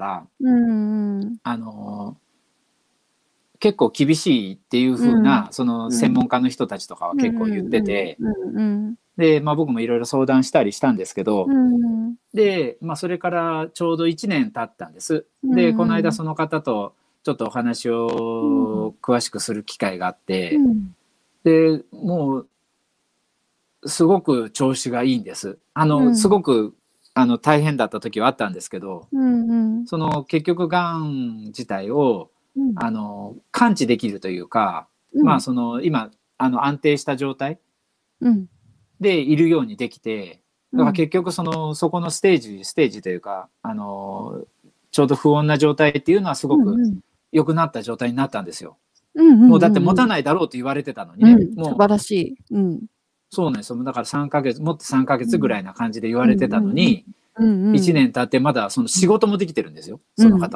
B: 結構厳しいっていう風な、その専門家の人たちとかは結構言ってて、で、僕もいろいろ相談したりしたんですけど、で、それからちょうど1年経ったんです。で、この間その方とちょっとお話を詳しくする機会があって、で、もうすごく調子がいいんです。すごく大変だった時はあったんですけど、その結局がん自体を完治できるというか、その今安定した状態でいるようにできて、だから結局そこのステージというかちょうど不穏な状態っていうのはすごく良くなった状態になったんですよ。もうだって持たないだろうと言われてたのにね、もう
A: 素晴らしい。
B: そうなんですよ。だから3ヶ月もっと3ヶ月ぐらいな感じで言われてたのに、1年経ってまだその仕事もできてるんですよ、その方。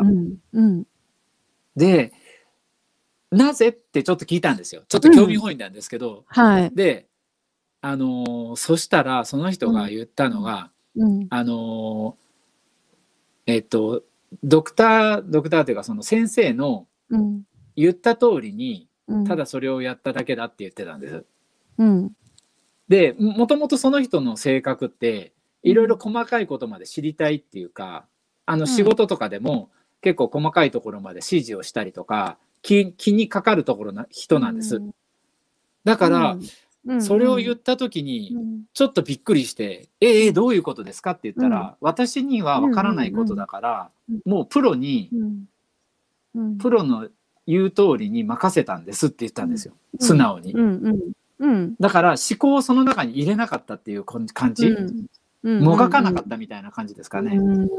B: で、なぜってちょっと聞いたんですよ。ちょっと興味本位なんですけど、で、そしたらその人が言ったのが、ドクターというかその先生の言った通りにただそれをやっただけだって言ってたんです。で、もともとその人の性格っていろいろ細かいことまで知りたいっていうか、仕事とかでも結構細かいところまで指示をしたりとか気にかかるところな人なんです。だから、それを言った時にちょっとびっくりして「どういうことですか?」って言ったら、私には分からないことだから、もうプロの言う通りに任せたんですって言ったんですよ、素直に。だから思考をその中に入れなかったっていう感じ、もがかなかったみたいな感じですかね。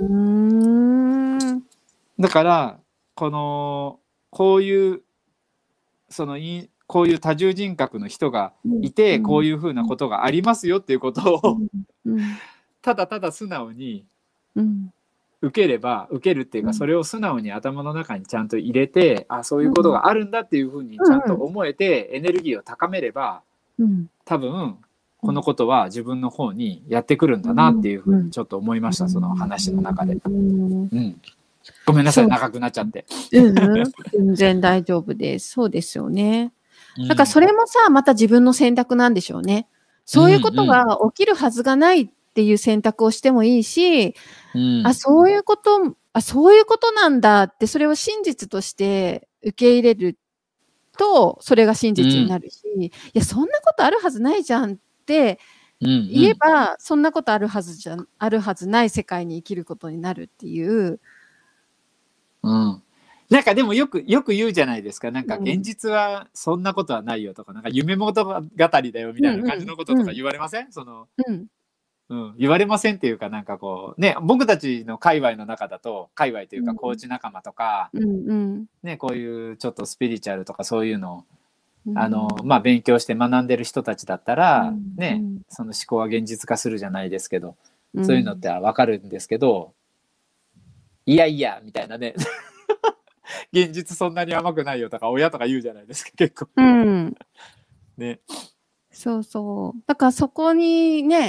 B: だからこういうこういう多重人格の人がいて、こういうふうなことがありますよっていうことをただただ素直に受けるっていうか、それを素直に頭の中にちゃんと入れて、そういうことがあるんだっていうふうにちゃんと思えてエネルギーを高めれば、多分このことは自分の方にやってくるんだなっていうふうにちょっと思いました、その話の中で。ごめんなさい、長くなっちゃって。
A: 全然大丈夫です。そうですよね。だからそれもさ、また自分の選択なんでしょうね。そういうことが起きるはずがないっていう選択をしてもいいし、そういうことなんだって、それを真実として受け入れると、それが真実になるし、いや、そんなことあるはずないじゃんって言えば、そんなことあるはずない世界に生きることになるっていう。
B: なんかでもよく言うじゃないですか。なんか現実はそんなことはないよとか、なんか夢物語だよみたいな感じのこととか言われません？言われませんっていうか、なんかこうね、僕たちの界隈の中だと、界隈というかコーチ仲間とか、ね、こういうちょっとスピリチュアルとかそういうのを勉強して学んでる人たちだったら、ね、その思考は現実化するじゃないですけど、そういうのって分かるんですけど、いやいやみたいなね現実そんなに甘くないよとか親とか言うじゃないですか、結構。ね。
A: そうそう。だからそこにね、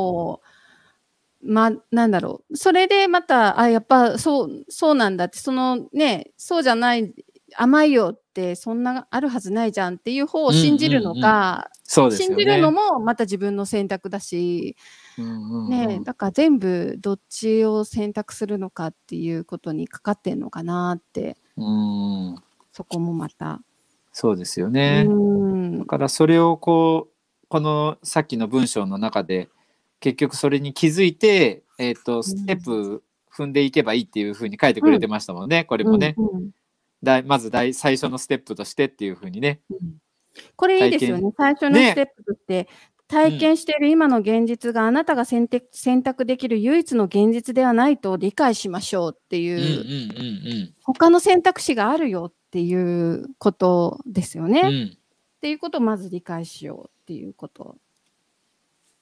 A: なんだろう。それでまた、やっぱそうなんだって、そうじゃない、甘いよって、そんなあるはずないじゃんっていう方を信じるのか、信じるのもまた自分の選択だし、だから全部どっちを選択するのかっていうことにかかってんのかなって。そこもまた。
B: そうですよね。だからそれをこのさっきの文章の中で結局それに気づいて、ステップ踏んでいけばいいっていうふうに書いてくれてましたもんね、これもね。まず最初のステップとしてっていうふうにね。
A: これいいですよね。最初のステップとして、体験している今の現実があなたが選択できる唯一の現実ではないと理解しましょうっていう、他の選択肢があるよっていうことですよね。っていうことをまず理解しようっていうこと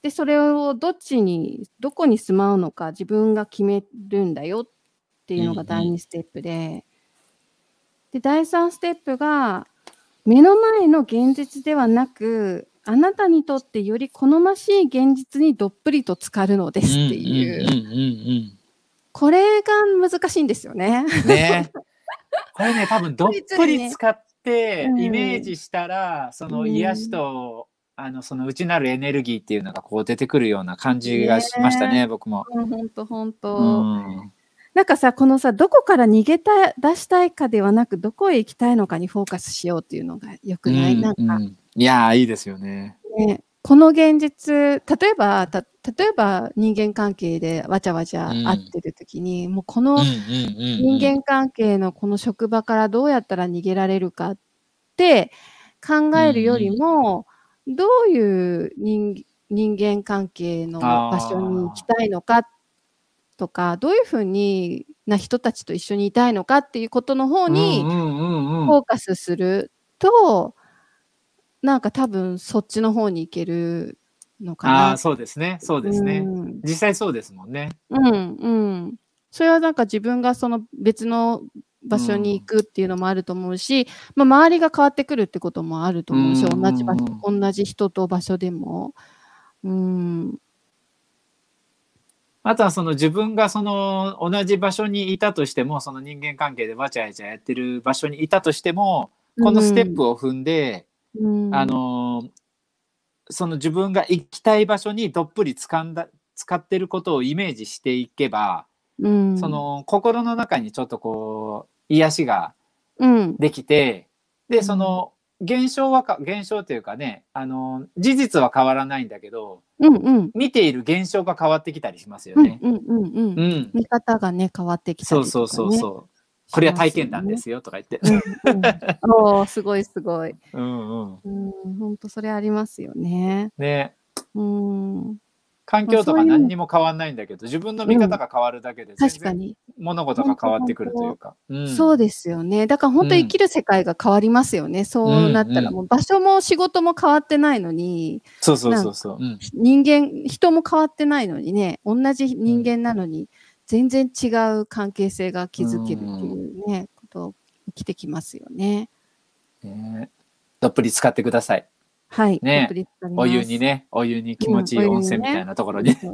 A: で、それをどこに住まうのか自分が決めるんだよっていうのが第2ステップで、で、第3ステップが、目の前の現実ではなく、あなたにとってより好ましい現実にどっぷりと浸かるのですっていう。これが難しいんですよね。
B: ね。これね、多分どっぷり使ってイメージしたら、その癒しと、その内なるエネルギーっていうのがこう出てくるような感じがしましたね、僕も。
A: ほんと。なんかさ、このさ、どこから出したいかではなく、どこへ行きたいのかにフォーカスしようっていうのが良くない？なんか。
B: いや、いいですよね。
A: ね、この現実、例えば人間関係でわちゃわちゃ会ってる時に、もうこの人間関係のこの職場からどうやったら逃げられるかって考えるよりも、どういう人間関係の場所に行きたいのかとか、どういう風な人たちと一緒にいたいのかっていうことの方にフォーカスすると、なんか多分そっちの方に行けるのかな。
B: そうですね。そうですね。実際そうですもんね。
A: それはなんか自分がその別の場所に行くっていうのもあると思うし、周りが変わってくるってこともあると思うし、同じ人と場所でも。
B: あとはその自分がその同じ場所にいたとしても、その人間関係でわちゃわちゃやってる場所にいたとしても、このステップを踏んで、その自分が行きたい場所にどっぷり使ってることをイメージしていけば、その心の中にちょっとこう癒しができて、でその現象というかね、事実は変わらないんだけど、見ている現象が変わってきたりしますよね。
A: 見方がね変わってきたりとかね。
B: これは体験談ですよとか言って。
A: すごいすごい。本当それありますよね。
B: ね。環境とか何にも変わんないんだけど、自分の見方が変わるだけで全然物事が変わってくるというか。
A: そうですよね。だから本当生きる世界が変わりますよね。そうなったらもう場所も仕事も変わってないのに、人も変わってないのにね、同じ人間なのに全然違う関係性が築けるっていうね、ことを生きてきますよね。
B: どっぷり使ってください。
A: はい。
B: ね、お湯に気持ちいい温泉みたいなところに。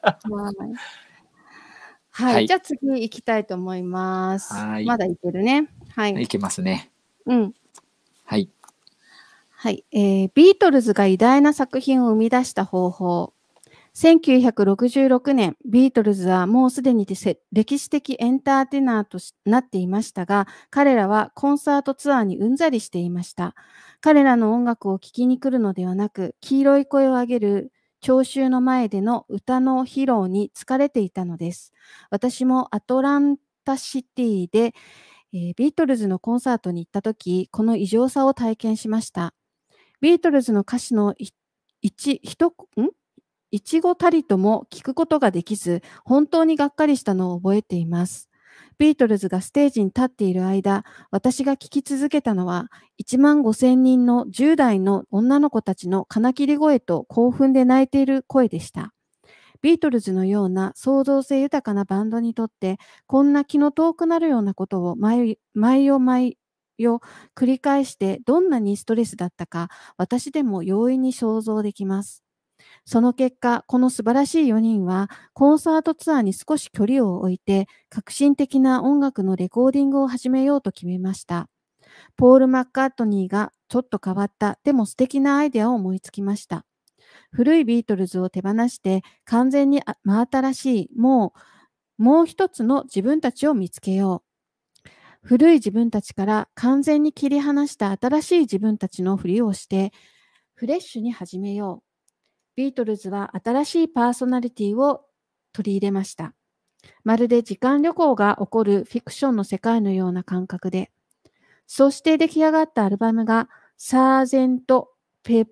A: はい、じゃあ次行きたいと思います。まだいけるね。はい。
B: いけますね。はい。
A: はい。ビートルズが偉大な作品を生み出した方法。1966年、ビートルズはもうすでに歴史的エンターテイナーとなっていましたが、彼らはコンサートツアーにうんざりしていました。彼らの音楽を聴きに来るのではなく、黄色い声を上げる聴衆の前での歌の披露に疲れていたのです。私もアトランタシティで、ビートルズのコンサートに行ったとき、この異常さを体験しました。ビートルズの歌詞の一語たりとも聞くことができず、本当にがっかりしたのを覚えています。ビートルズがステージに立っている間、私が聞き続けたのは、15,000人の10代の女の子たちの金切り声と興奮で泣いている声でした。ビートルズのような創造性豊かなバンドにとって、こんな気の遠くなるようなことを毎夜繰り返してどんなにストレスだったか、私でも容易に想像できます。その結果、この素晴らしい4人は、コンサートツアーに少し距離を置いて、革新的な音楽のレコーディングを始めようと決めました。ポール・マッカートニーがちょっと変わった、でも素敵なアイデアを思いつきました。古いビートルズを手放して、完全に真新しい、もう一つの自分たちを見つけよう。古い自分たちから完全に切り離した新しい自分たちのふりをして、フレッシュに始めよう。ビートルズは新しいパーソナリティを取り入れました。まるで時間旅行が起こるフィクションの世界のような感覚で。そして出来上がったアルバムがサージェント・ペ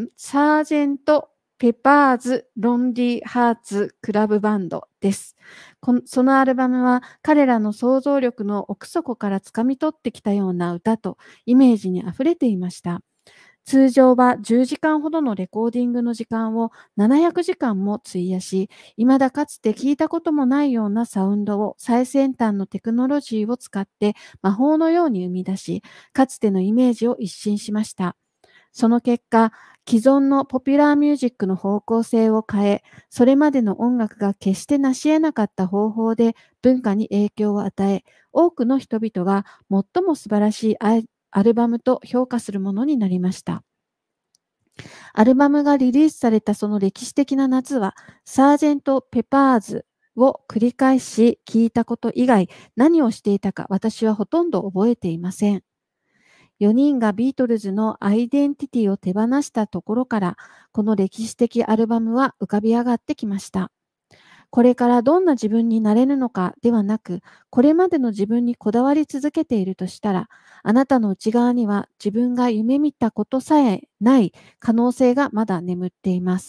A: パーズ・ロンリー・ハーツ・クラブバンドです。そのアルバムは彼らの想像力の奥底から掴み取ってきたような歌とイメージにあふれていました。 通常は10時間ほどのレコーディングの時間を700時間も費やし、未だかつて聞いたこともないようなサウンドを最先端のテクノロジーを使って魔法のように生み出し、かつてのイメージを一新しました。その結果、既存のポピュラーミュージックの方向性を変え、それまでの音楽が決して成し得なかった方法で文化に影響を与え、多くの人々が最も素晴らしいアルバムと評価するものになりました。アルバムがリリースされたその歴史的な夏は、サージェント・ペパーズを繰り返し聞いたこと以外、何をしていたか私はほとんど覚えていません。4人がビートルズのアイデンティティを手放したところから、この歴史的アルバムは浮かび上がってきました。これからどんな自分になれるのかではなく、これまでの自分にこだわり続けているとしたら、あなたの内側には自分が夢見たことさえない可能性がまだ眠っています。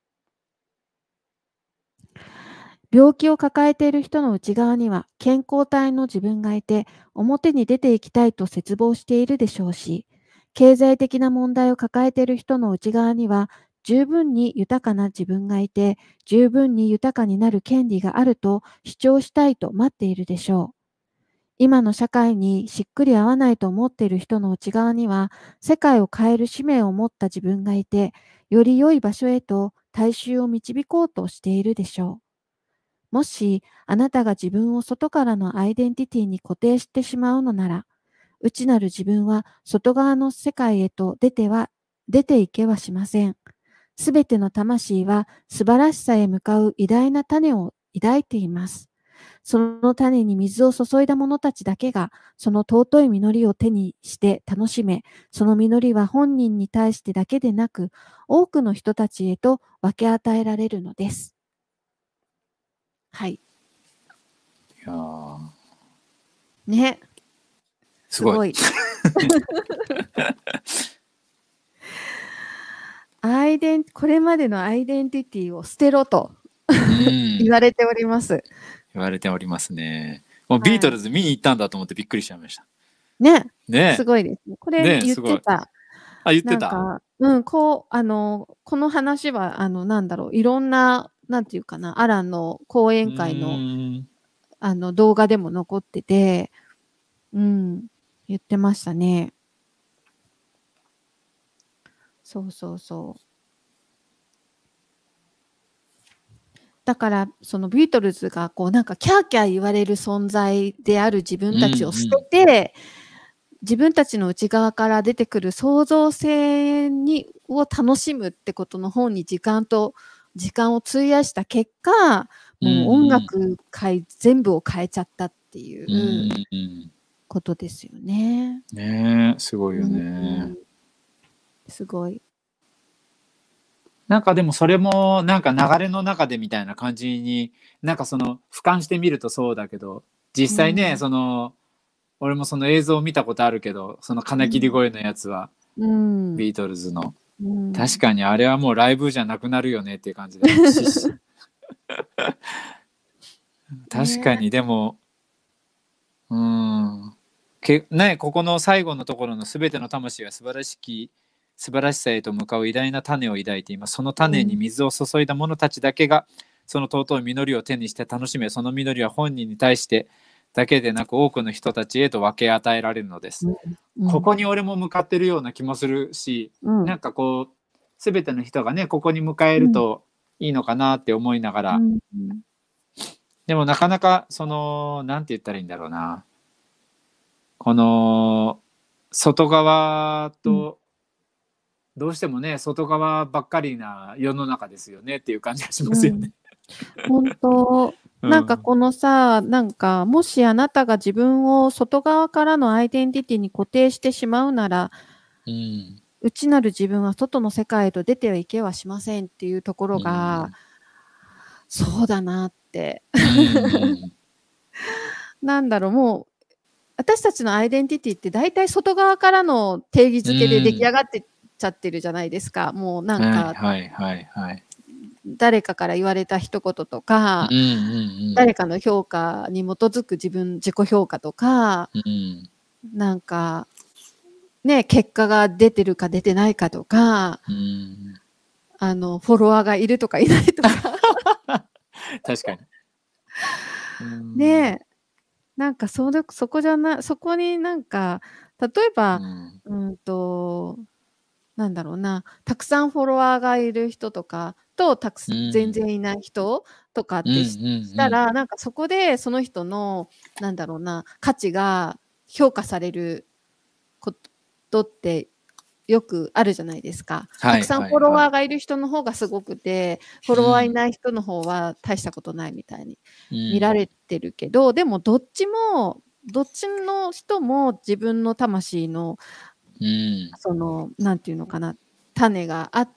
A: 病気を抱えている人の内側には健康体の自分がいて、表に出ていきたいと絶望しているでしょうし、経済的な問題を抱えている人の内側には十分に豊かな自分がいて、十分に豊かになる権利があると主張したいと待っているでしょう。今の社会にしっくり合わないと思っている人の内側には、世界を変える使命を持った自分がいて、より良い場所へと大衆を導こうとしているでしょう。もしあなたが自分を外からのアイデンティティに固定してしまうのなら、内なる自分は外側の世界へと出ていけはしません。すべての魂は素晴らしさへ向かう偉大な種を抱いています。その種に水を注いだ者たちだけが、その尊い実りを手にして楽しめ、その実りは本人に対してだけでなく、多くの人たちへと分け与えられるのです。はい。
B: いやー
A: ね。
B: すごい。
A: これまでのアイデンティティを捨てろと
B: うん
A: 言われております。
B: 言われておりますね。もうビートルズ見に行ったんだと思ってびっくりしちゃいました。
A: ね。
B: ね
A: すごいですね。これ
B: ね
A: 言っ
B: すごい
A: てた。
B: あ、言ってた。
A: なんか、この話は、なんだろう、いろんな、なんていうかな、アランの講演会の、動画でも残ってて、言ってましたね。そうそうそう。だから、そのビートルズが、こう、なんか、キャーキャー言われる存在である自分たちを捨てて、自分たちの内側から出てくる創造性を楽しむってことの方に時間を費やした結果、もう音楽界全部を変えちゃったっていうことですよね。
B: ねえ、すごいよね。
A: すごい。
B: なんかでもそれもなんか流れの中でみたいな感じになんかその俯瞰してみるとそうだけど、実際ね、その俺もその映像を見たことあるけど、その金切り声のやつは、ビートルズの、確かにあれはもうライブじゃなくなるよねっていう感じで確かにでもね、ここの最後のところの全ての魂は素晴らしさへと向かう偉大な種を抱いています。その種に水を注いだ者たちだけがその尊い実りを手にして楽しめ、その実りは本人に対してだけでなく多くの人たちへと分け与えられるのです。ここに俺も向かってるような気もするし、なんかこう全ての人がねここに迎えるといいのかなって思いながら、でもなかなかそのなんて言ったらいいんだろうな、この外側と、どうしてもね外側ばっかりな世の中ですよねっていう感じがしますよね。
A: 本当なんかこのさ、なんかもしあなたが自分を外側からのアイデンティティに固定してしまうなら、内なる自分は外の世界へと出てはいけはしませんっていうところが、そうだなって。なんだろう、もう私たちのアイデンティティって大体外側からの定義づけで出来上がってちゃってるじゃないですか。もうなんか、誰かから言われた一言とか、誰かの評価に基づく自己評価とか、なんかね、結果が出てるか出てないかとか、フォロワーがいるとかいないとか。
B: 確かに。
A: ね、なんかそこじゃな、そこになんか、例えば、なんだろうな、たくさんフォロワーがいる人とかと、全然いない人とかってしたら、なんかそこでその人の、なんだろうな、価値が評価されることってよくあるじゃないですか。たくさんフォロワーがいる人の方がすごくて、フォロワーいない人の方は大したことないみたいに見られてるけど、でもどっちの人も自分の魂の、その、なんていうのかな、種があって、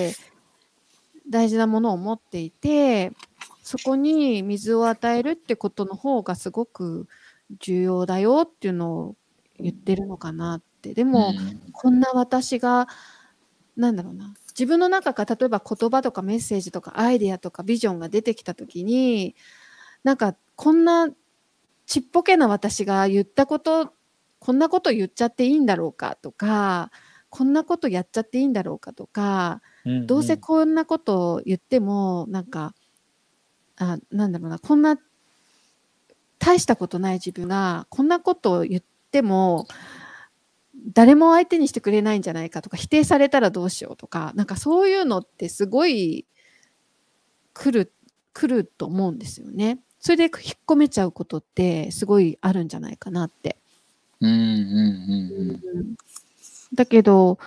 A: 大事なものを持っていて、そこに水を与えるってことの方がすごく重要だよっていうのを言ってるのかなって。でも、こんな私が、なんだろうな、自分の中から例えば言葉とかメッセージとかアイデアとかビジョンが出てきた時に、なんかこんなちっぽけな私が言ったこと、こんなこと言っちゃっていいんだろうかとか、こんなことやっちゃっていいんだろうかとか、どうせこんなことを言っても、なんか、なんだろうな、こんな大したことない自分が、こんなことを言っても、誰も相手にしてくれないんじゃないかとか、否定されたらどうしようとか、なんかそういうのってすごい来ると思うんですよね。それで引っ込めちゃうことってすごいあるんじゃないかなって。だけど、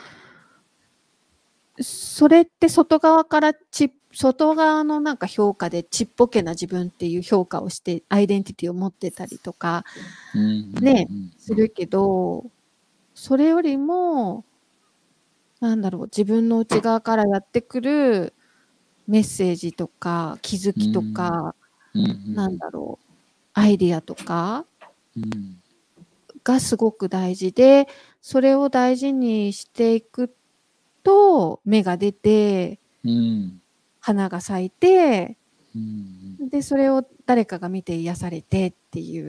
A: それって外側のなんか評価でちっぽけな自分っていう評価をしてアイデンティティを持ってたりとかね、するけど、それよりもなんだろう、自分の内側からやってくるメッセージとか気づきとか、なんだろう、アイディアとかがすごく大事で、それを大事にしていくと芽が出て、花が咲いて、でそれを誰かが見て癒されてっていう、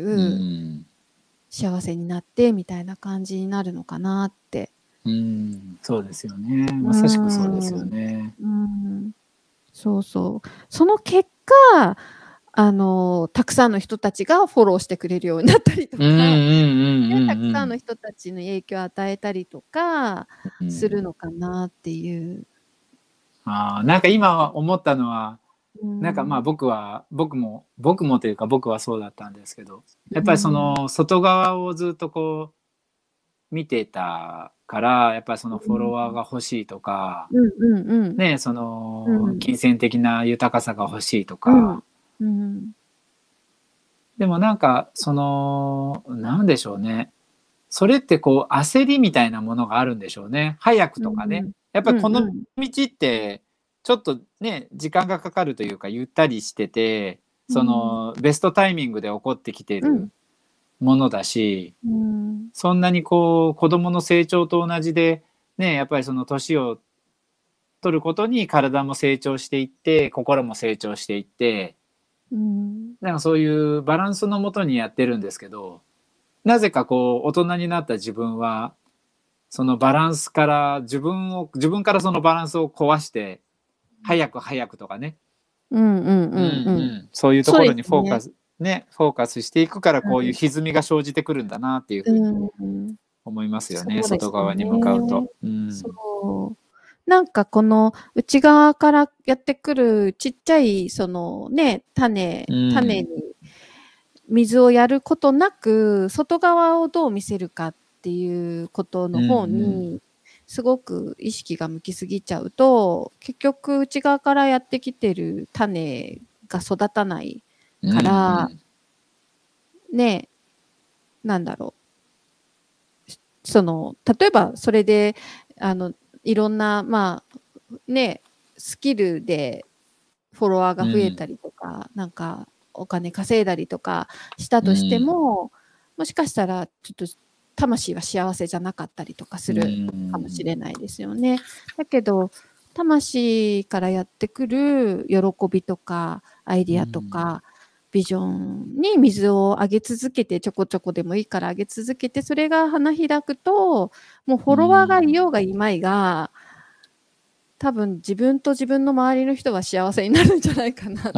A: 幸せになってみたいな感じになるのかなって。
B: そうですよね。まさしくそうですよね。
A: そうそう。その結果、たくさんの人たちがフォローしてくれるようになったりとか、たくさんの人たちに影響を与えたりとかするのかなっていう。
B: なんか今思ったのは、なんかまあ僕もというか僕はそうだったんですけど、やっぱりその外側をずっとこう見てたから、やっぱりそのフォロワーが欲しいとか、ね、その金銭的な豊かさが欲しいとか、でもなんかそのなんでしょうね、それってこう焦りみたいなものがあるんでしょうね。早くとかね、やっぱりこの道ってちょっとね時間がかかるというかゆったりしてて、そのベストタイミングで起こってきてるものだし、そんなにこう子どもの成長と同じでね、やっぱりその年を取ることに体も成長していって心も成長していって、なんかそういうバランスのもとにやってるんですけど、なぜかこう大人になった自分はそのバランスから自分からそのバランスを壊して早くとかね、そういうところにフォーカスしていくから、こういう歪みが生じてくるんだなっていうふうに思いますよね、外側に向かうと。
A: そうなんかこの内側からやってくるちっちゃいそのね種に水をやることなく外側をどう見せるかっていうことの方にすごく意識が向きすぎちゃうと、結局内側からやってきてる種が育たないから、ね、なんだろう、その例えばそれでいろんなまあねスキルでフォロワーが増えたりとか、なんかお金稼いだりとかしたとしても、もしかしたらちょっと魂は幸せじゃなかったりとかするかもしれないですよね。だけど魂からやってくる喜びとかアイディアとか、 ビジョンに水をあげ続けて、ちょこちょこでもいいからあげ続けて、それが花開くと、もうフォロワーがいようがいまいが、多分自分と自分の周りの人は幸せになるんじゃないかなって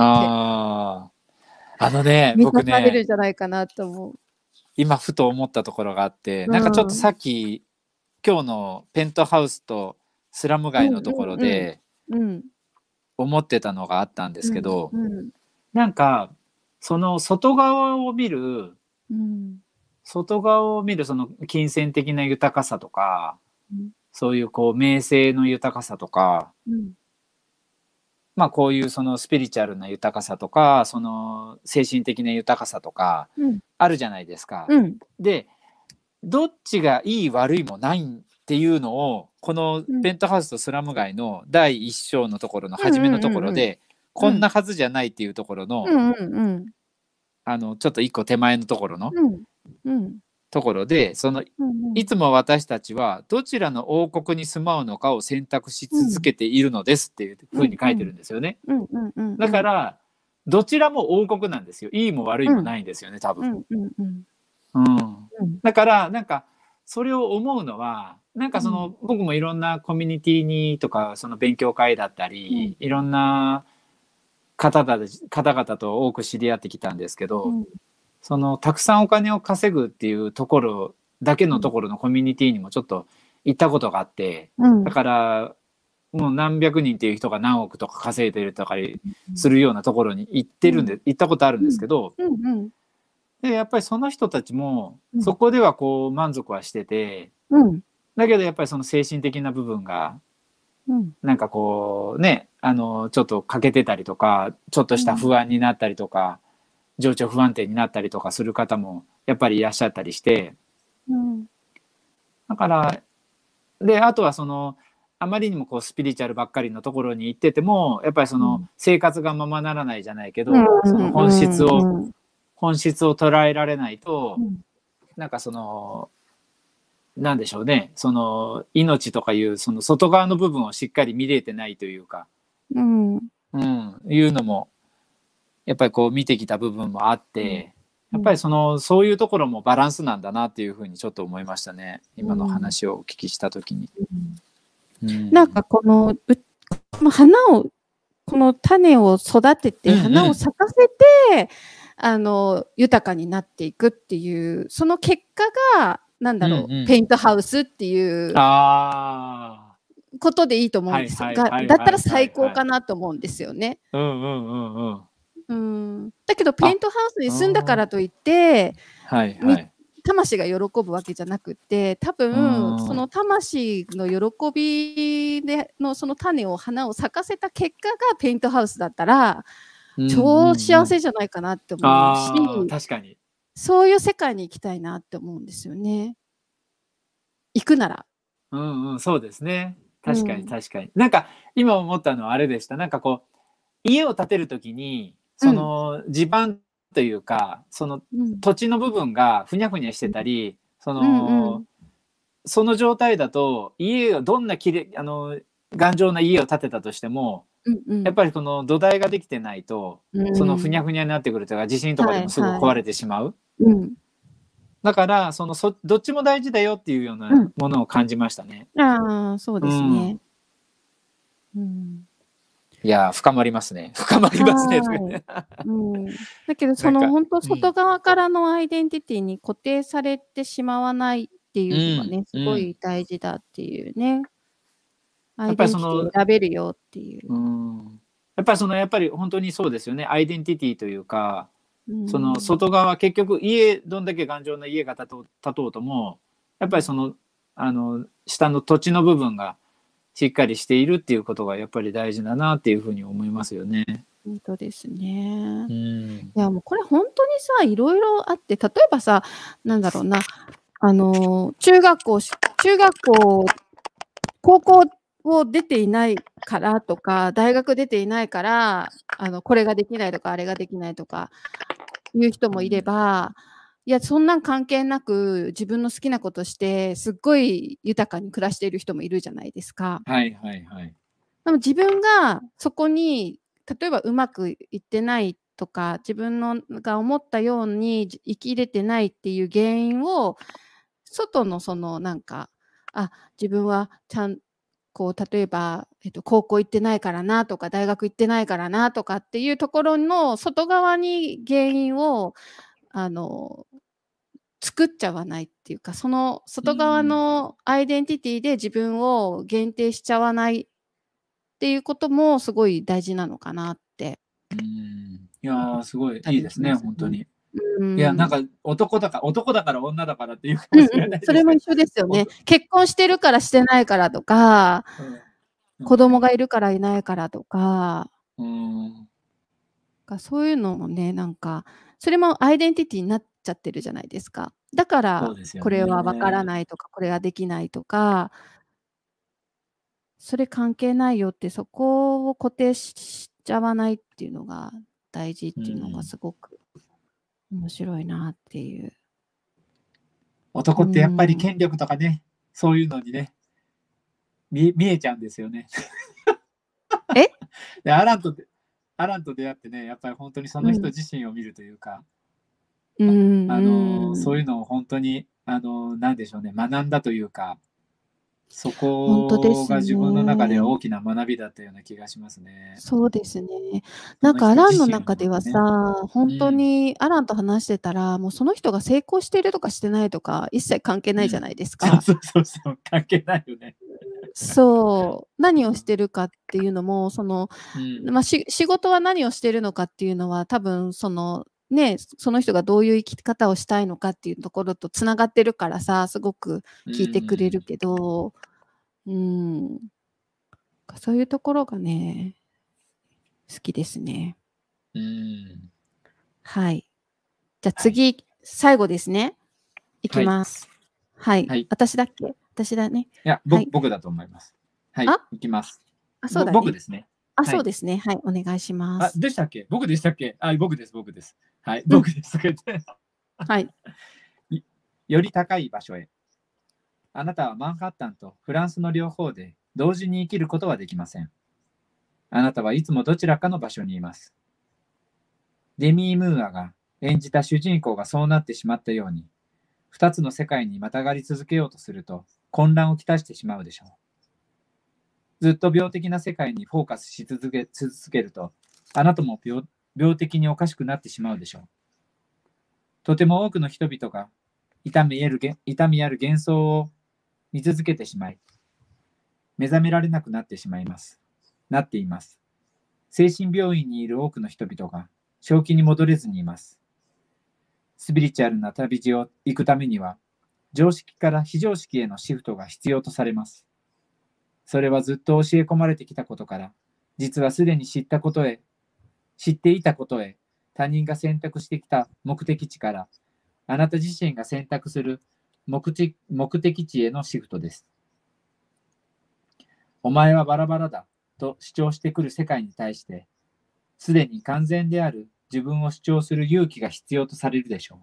A: 満た
B: 僕
A: される
B: ね
A: んじゃないかなと思う。
B: 今ふと思ったところがあって、なんかちょっとさっき今日のペントハウスとスラム街のところで思ってたのがあったんですけど、なんかその外側を見るその金銭的な豊かさとか、そういうこう名声の豊かさとか、まあこういうそのスピリチュアルな豊かさとか、その精神的な豊かさとかあるじゃないですか。で、どっちがいい悪いもないっていうのを、このペントハウスとスラム街の第一章のところの初めのところで、こんなはずじゃないっていうところの、ちょっと一個手前のところのところで、そのいつも私たちはどちらの王国に住まうのかを選択し続けているのですっていうふうに書いてるんですよね。だからどちらも王国なんですよ。いいも悪いもないんですよね、多分。だからなんかそれを思うのは、なんかその僕もいろんなコミュニティにとか、その勉強会だったり、いろんな方々と多く知り合ってきたんですけど、そのたくさんお金を稼ぐっていうところだけのところのコミュニティにもちょっと行ったことがあって、だからもう何百人っていう人が何億とか稼いでるとかするようなところに行ったことあるんですけど、でやっぱりその人たちもそこではこう満足はしてて、だけどやっぱりその精神的な部分がなんかこうね、ちょっと欠けてたりとか、ちょっとした不安になったりとか、情緒不安定になったりとかする方もやっぱりいらっしゃったりして、だからで、あとはそのあまりにもこうスピリチュアルばっかりのところに行ってても、やっぱりその生活がままならないじゃないけど、その本質を捉えられないと、なんかそのなんでしょうね、その命とかいうその外側の部分をしっかり見れてないというか、いうのもやっぱりこう見てきた部分もあって、やっぱりそういうところもバランスなんだなっていうふうにちょっと思いましたね、今の話をお聞きした時に。
A: なんかこの花を、この種を育てて花を咲かせて、豊かになっていくっていう、その結果がなんだろう、ペイントハウスっていうことでいいと思うんですよ。だったら最高かなと思うんですよね。だけどペイントハウスに住んだからといって魂が喜ぶわけじゃなくて、多分その魂の喜びでのその種を花を咲かせた結果がペイントハウスだったら超幸せじゃないかなって思うし、
B: 確かに
A: そういう世界に行きたいなって思うんですよね。行くなら。
B: そうですね。確かに確かに。なんか今思ったのはあれでした。なんかこう家を建てるときにその地盤というか、その土地の部分がふにゃふにゃしてたり、その状態だと家をどんな頑丈な家を建てたとしても、やっぱりこの土台ができてないと、そのふにゃふにゃになってくるというか、地震とかでもすぐ壊れてしまう。だからどっちも大事だよっていうようなものを感じましたね。
A: そうですね。
B: いや深まりますね。深まりますね。
A: だけどその本当外側からのアイデンティティに固定されてしまわないっていうのがね、すごい大事だっていうね。アイデンティティ選べるよっていう。
B: やっぱり本当にそうですよね。アイデンティティというか、その外側、結局どんだけ頑丈な家が建とうとも、やっぱりその下の土地の部分がしっかりしているっていうことがやっぱり大事だなっていうふうに思いますよね。
A: 本当ですね。いやもうこれ本当にさ、いろいろあって、例えばさ、なんだろうな、中学校、高校を出ていないからとか、大学出ていないから、これができないとか、あれができないとかいう人もいれば、いや、そんなん関係なく自分の好きなことして、すっごい豊かに暮らしている人もいるじゃないですか。でも自分がそこに、例えばうまくいってないとか、自分のが思ったように生きれてないっていう原因を、外のそのなんか、自分は例えば、高校行ってないからなとか、大学行ってないからなとかっていうところの外側に原因を、作っちゃわないっていうか、その外側のアイデンティティで自分を限定しちゃわないっていうこともすごい大事なのかなって
B: いやー、すごい
A: た
B: いいですね、
A: りします
B: 本当に。
A: ね。
B: いや、なんか男だから女だからっていうかも
A: うんうん、
B: しれないですけど。
A: それも一緒ですよね。結婚してるからしてないからとか、子供がいるからいないからとか、そういうのもね、なんか、それもアイデンティティになっちゃってるじゃないですか。だか
B: そ
A: ら、
B: うですよ
A: これはわから
B: ね。
A: ないとか、これはできないとか、それ関係ないよって、そこを固定しちゃわないっていうのが大事っていうのがすごく面白いなっていう。
B: 男ってやっぱり権力とかね、そういうのにね、見えちゃうんですよね。で、アランと出会ってね、やっぱり本当にその人自身を見るというか、そういうのを本当に、なんでしょうね、学んだというか、そ
A: ほんとで
B: こが
A: す
B: 自分の中で
A: ね。
B: 大きな学びだったような気がしますね。
A: そうですね。
B: その
A: アランの
B: 人自身を
A: 中では
B: 見るとね。
A: さ、ほんとにアランと話してたら、もうその人が成功してるとかしてないとか、一切関係ないじゃないですか。
B: 関係ないよね。
A: そう、何をしてるかっていうのも、仕事は何をしてるのかっていうのは、多分ね、その人がどういう生き方をしたいのかっていうところと繋がってるからさ、すごく聞いてくれるけど、そういうところがね、好きですね。はい。じゃ、次、最後ですね。いきます。はい。私だっけ？私だね。
B: いや、
A: はい。
B: 僕だと思います。はい、いきます。
A: そうだね。
B: 僕ですね。
A: そうですね。はい、お願いします。
B: でしたっけ？僕でしたっけ？僕です。はい、
A: うん。
B: 僕ですけど。
A: はい。
B: より高い場所へ。あなたはマンハッタンとフランスの両方で同時に生きることはできません。あなたはいつもどちらかの場所にいます。デミー・ムーアが演じた主人公がそうなってしまったように、二つの世界にまたがり続けようとすると混乱をきたしてしまうでしょう。ずっと病的な世界にフォーカスし続けると、あなたも病的におかしくなってしまうでしょう。とても多くの人々が痛みある幻想を見続けてしまい、目覚められなくなっています。精神病院にいる多くの人々が正気に戻れずにいます。スピリチュアルな旅路を行くためには、常識から非常識へのシフトが必要とされます。それはずっと教え込まれてきたことから、実はすでに知っていたことへ、他人が選択してきた目的地から、あなた自身が選択する目的地へのシフトです。お前はバラバラだと主張してくる世界に対して、すでに完全である自分を主張する勇気が必要とされるでしょう。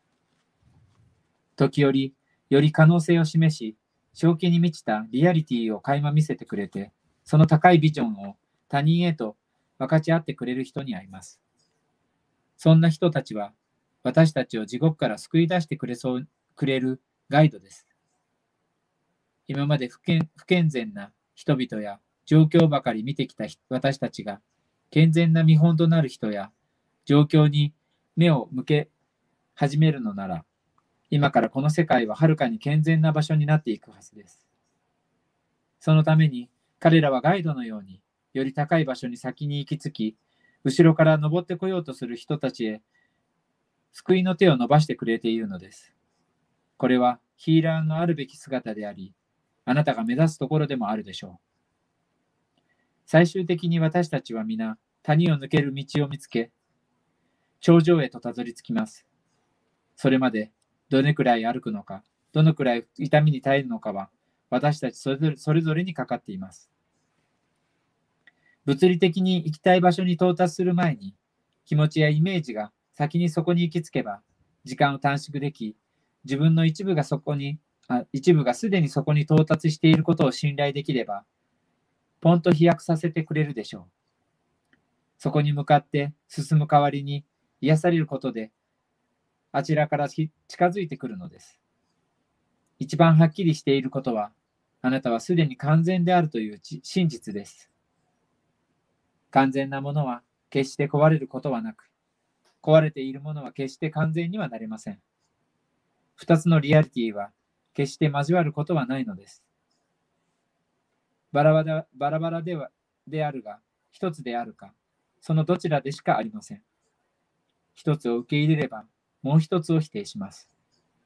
B: 時折、より可能性を示し、正気に満ちたリアリティを垣間見せてくれて、その高いビジョンを他人へと分かち合ってくれる人に会います。そんな人たちは、私たちを地獄から救い出してくれるガイドです。今まで不健全な人々や状況ばかり見てきた私たちが、健全な見本となる人や状況に目を向け始めるのなら、今からこの世界ははるかに健全な場所になっていくはずです。そのために彼らはガイドのようにより高い場所に先に行き着き、後ろから登ってこようとする人たちへ救いの手を伸ばしてくれているのです。これはヒーラーのあるべき姿であり、あなたが目指すところでもあるでしょう。最終的に私たちは皆谷を抜ける道を見つけ、頂上へとたどり着きます。それまでどれくらい歩くのか、どのくらい痛みに耐えるのかは、私たちそれぞれにかかっています。物理的に行きたい場所に到達する前に、気持ちやイメージが先にそこに行き着けば、時間を短縮でき、自分の一部がすでにそこに到達していることを信頼できれば、ポンと飛躍させてくれるでしょう。 そこに向かって進む代わりに癒されることで、あちらから近づいてくるのです。一番はっきりしていることは、あなたはすでに完全であるという真実です。完全なものは決して壊れることはなく、壊れているものは決して完全にはなれません。二つのリアリティは決して交わることはないのです。バラバラであるが、一つであるか、そのどちらでしかありません。一つを受け入れれば、もう一つを否定します。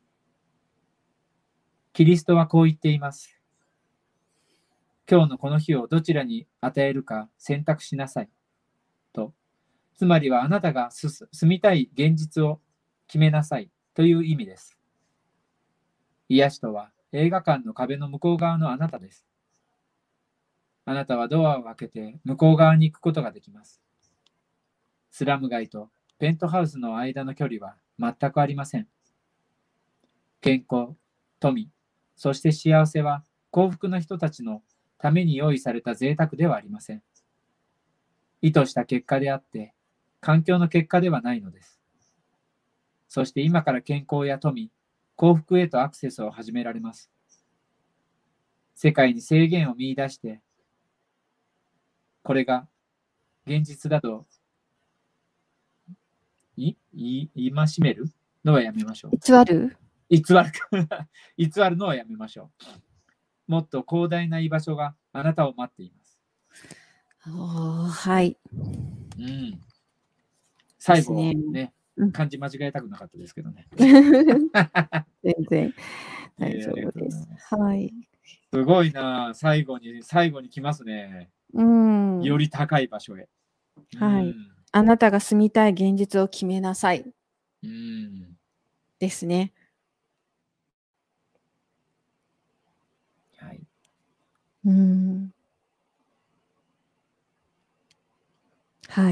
B: キリストはこう言っています。今日のこの日をどちらに与えるか選択しなさい。と。つまりはあなたが住みたい現実を決めなさいという意味です。癒しとは映画館の壁の向こう側のあなたです。あなたはドアを開けて向こう側に行くことができます。スラム街とペントハウスの間の距離は全くありません。健康、富、そして幸せは幸福の人たちのために用意された贅沢ではありません。意図した結果であって、環境の結果ではないのです。そして今から健康や富、幸福へとアクセスを始められます。世界に制限を見出して、これが現実だと戒めるのはやめましょう。
A: 偽る
B: 偽るのはやめましょう。もっと広大な居場所があなたを待っています。
A: はい。
B: 最後ね、漢字間違えたくなかったですけどね。
A: 全然大丈夫です。はい。
B: すごいな、最後に来ますね。より高い場所へ。
A: はい。あなたが住みたい現実を決めなさい。ですね。
B: はい。
A: はい。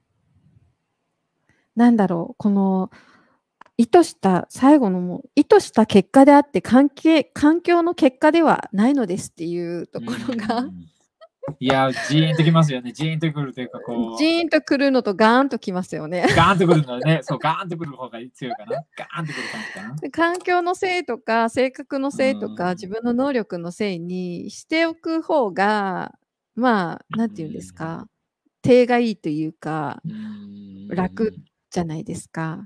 A: なんだろう、この意図した最後のも意図した結果であって環境の結果ではないのですっていうところが
B: いや、ジーンときますよね。ジーンとくるというか、こう。
A: ジーンとくるのとガーンときますよね。
B: ガーンとくるのね。そう、ガーンとくる方が強いかな。ガーンとくる感じかな。
A: 環境のせいとか、性格のせいとか、自分の能力のせいにしておく方が、まあ、なんて言うんですか、手がいいというか、楽じゃないですか。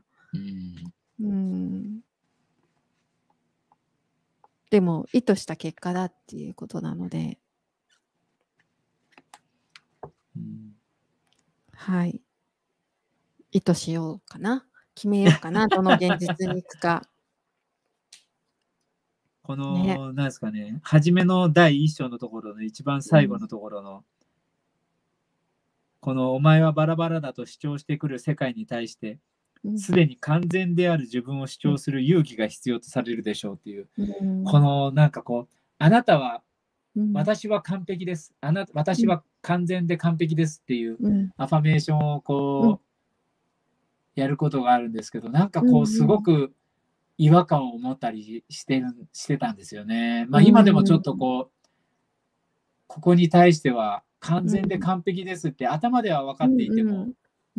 A: でも、意図した結果だっていうことなので。はい。意図しようかな。決めようかな。どの現実に行くか。
B: この、なんですかね、初めの第一章のところの一番最後のところの、このお前はバラバラだと主張してくる世界に対して、すでに完全である自分を主張する勇気が必要とされるでしょうっていう、このなんかこう、あなたは、私は完璧です。私は完全で完璧ですっていうアファメーションをこう、やることがあるんですけど、なんかこう、すごく違和感を持ったりしてたんですよね。まあ今でもちょっとこう、ここに対しては完全で完璧ですって頭では分かっていても、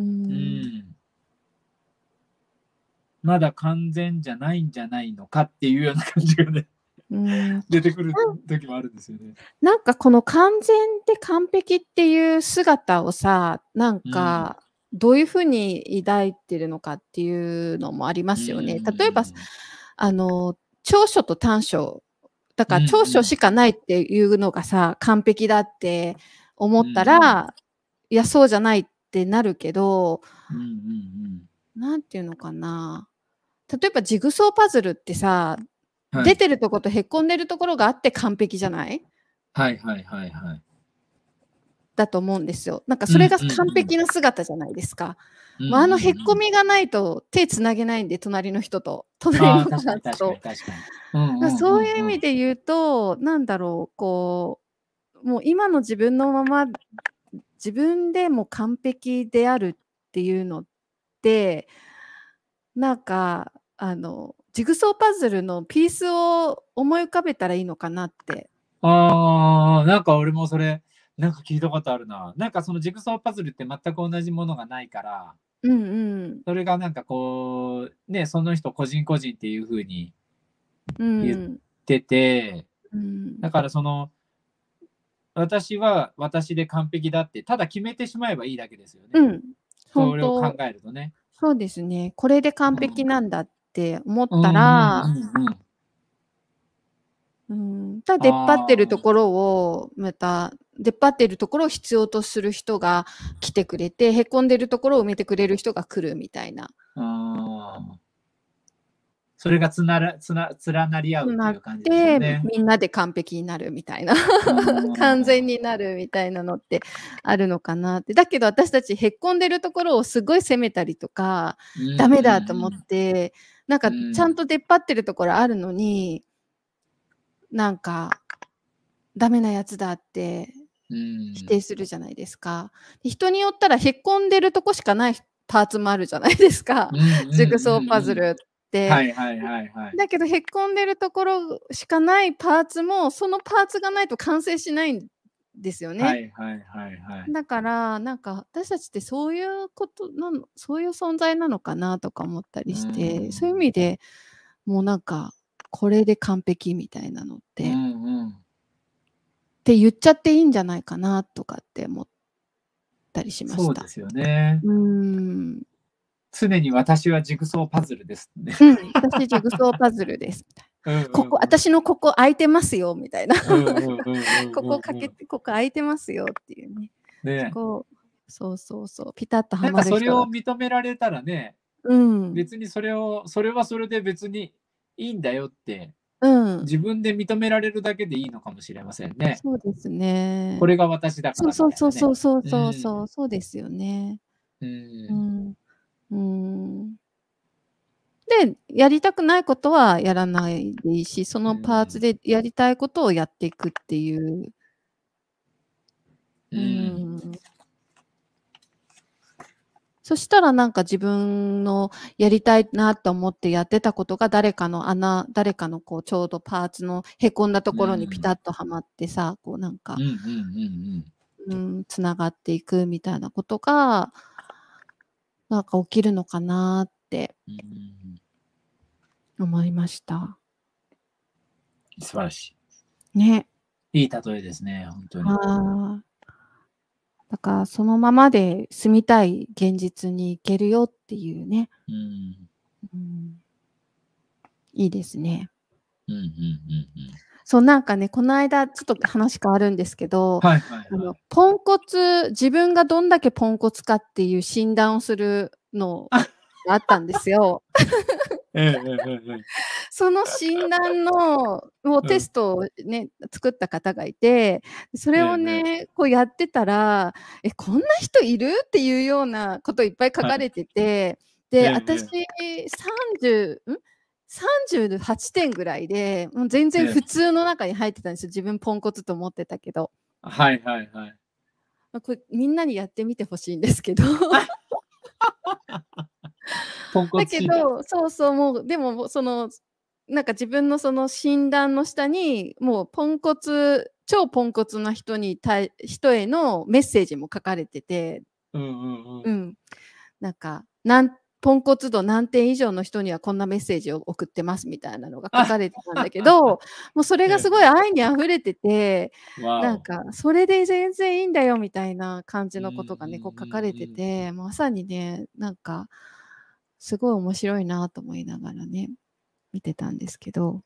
B: まだ完全じゃないんじゃないのかっていうような感じがね、出てくる時もあるんですよね。
A: なんかこの完全で完璧っていう姿をさ、なんかどういうふうに抱いてるのかっていうのもありますよね。例えば長所と短所だから長所しかないっていうのがさ、完璧だって思ったら、いやそうじゃないってなるけど、なんていうのかな。例えばジグソーパズルってさ、出てるとことへっこんでるところがあって完璧じゃない？
B: はいはいはいはい。
A: だと思うんですよ。なんかそれが完璧な姿じゃないですか。へっこみがないと手つなげないんで、隣の人と。隣の人と。そういう意味で言うと、なんだろう、こう、もう今の自分のまま、自分でも完璧であるっていうのって、なんか、ジグソーパズルのピースを思い浮かべたらいいのかなって。
B: なんか俺もそれ、 なんか聞いたことあるな。なんかそのジグソーパズルって全く同じものがないから、
A: うんうん。
B: それがなんかこう、ね、その人個人個人っていう風に
A: う
B: 言っ
A: ん。
B: てて、
A: うん。
B: だからその、私は私で完璧だって、ただ決めてしまえばいいだけですよね。
A: うん。本
B: それを考
A: 当、
B: えるとね。
A: そうですね。これで完
B: うん。
A: 璧なんだって思っ
B: うん
A: た
B: うん
A: ら、
B: うんうん。
A: 出っ張ってると
B: あ
A: ころを、また、出っ張ってるところを必要とする人が来てくれて、へこんでるところを埋めてくれる人が来るみたいな。
B: あ、ああ。それが連なり合うって
A: なっ
B: いう感じですよ
A: て、
B: ね。
A: みんなで完璧になるみたいな。
B: う
A: 完全
B: ん。
A: になるみたいなのってあるのかなって。だけど私たちへっこんでるところをすごい責めたりとか、
B: うんう
A: ダメだと思っ
B: ん
A: て、なん
B: うん。
A: かちゃんと出っ張ってるところあるのに、なんかダメなやつだって
B: うん。
A: 否定するじゃないですか。人によったらへっこんでるとこしかないパーツもあるじゃないですか。
B: うんうんうん
A: ジグソーパ
B: うん。
A: ズルって。
B: はいはいはいはい。
A: だけどへっこんでるところしかないパーツも、そのパーツがないと完成しないんですよね。
B: はいはいはいはい。
A: だから、なんか私たちってそういうことなのそういう存在なのかなとか思った
B: う
A: りして、そういう意
B: ん。
A: 味で、もうなんか、これで完璧みたいなのっ
B: うん
A: て
B: うん。
A: って言っちゃっていいんじゃないかなとかって思ったりしました。
B: そうですよね。
A: うーん。
B: 常に私はジグソーパズルですね。
A: うん、私ジグソーパズルです。
B: うんうん
A: ここ、
B: うん。
A: 私のここ空いてますよみたいな。
B: うんうんうんうん
A: ここ
B: うんうん。
A: ここ空いてますよっていうね。そ
B: ね。
A: こ、そうそうそう、ピタッとは
B: なんかそれを
A: まる人が、
B: 認められたらね、
A: うん、
B: 別にそれはそれで別にいいんだよって、
A: うん、
B: 自分で認められるだけでいいのかもしれませんね。
A: そうですね。
B: これが私だからみ
A: そうそう
B: たいなね。
A: そうそうそう
B: う
A: そうそ
B: ん。
A: う、そうですよね。
B: うん。
A: うん、うーん。で、やりたくないことはやらないでいいし、そ
B: う
A: のパーツ
B: ん。
A: でやりたいことをやっていくっていう、
B: う
A: うー
B: ん。
A: ん。そしたらなんか自分のやりたいなと思ってやってたことが誰かのこうちょうどパーツのへこんだと
B: う
A: ころにピタ
B: ん。
A: ッとはまってさ、こうなんか、
B: うんうんうん
A: 繋がっていくみたいなことが、なんか起きるのかなって
B: うん。うん。
A: 思いました。
B: 素晴らし
A: ね。
B: い。いい例えですね、本当に。
A: はい。だからそのままで住みたい現実に行けるよっていうね。
B: うん。
A: うん、いいですね。
B: うんうんうんうん。
A: そう、なんかね、この間ちょっと話変わるんですけど、
B: はいはいはい。
A: ポンコツ自分がどんだけポンコツかっていう診断をするのがあったんですよ。
B: ええええええええ。
A: その診断を
B: うん。
A: テストをね、作った方がいて、それを
B: ええええ。
A: ね、こうやってたら、こんな人いる？っていうようなこといっぱい書
B: はい。
A: かれてて、
B: え
A: で、私
B: えええ。
A: 38点ぐらいで、もう全然普
B: ええ。
A: 通の中に入ってたんですよ。自分ポンコツと思ってたけど。
B: はいはいはい。
A: これみんなにやってみて欲しいんですけど。
B: ポンコ
A: だ
B: ツ診断。
A: けど、そうそう、もう、でも、なんか自分のその診断の下に、もう超ポンコツな人へのメッセージも書かれてて、
B: うんうんうん。
A: うん。なんか、ポンコツ度何点以上の人にはこんなメッセージを送ってますみたいなのが書かれてたんだけど、もうそれがすごい
B: ええええ。
A: 愛に溢れてて、
B: わお。
A: なんかそれで全然いいんだよみたいな感じ
B: うんうん
A: のことがね、こう書
B: うん
A: かれて
B: うん。
A: て、まさにね、なんかすごい面白いなと思いながらね、見てたんですけど、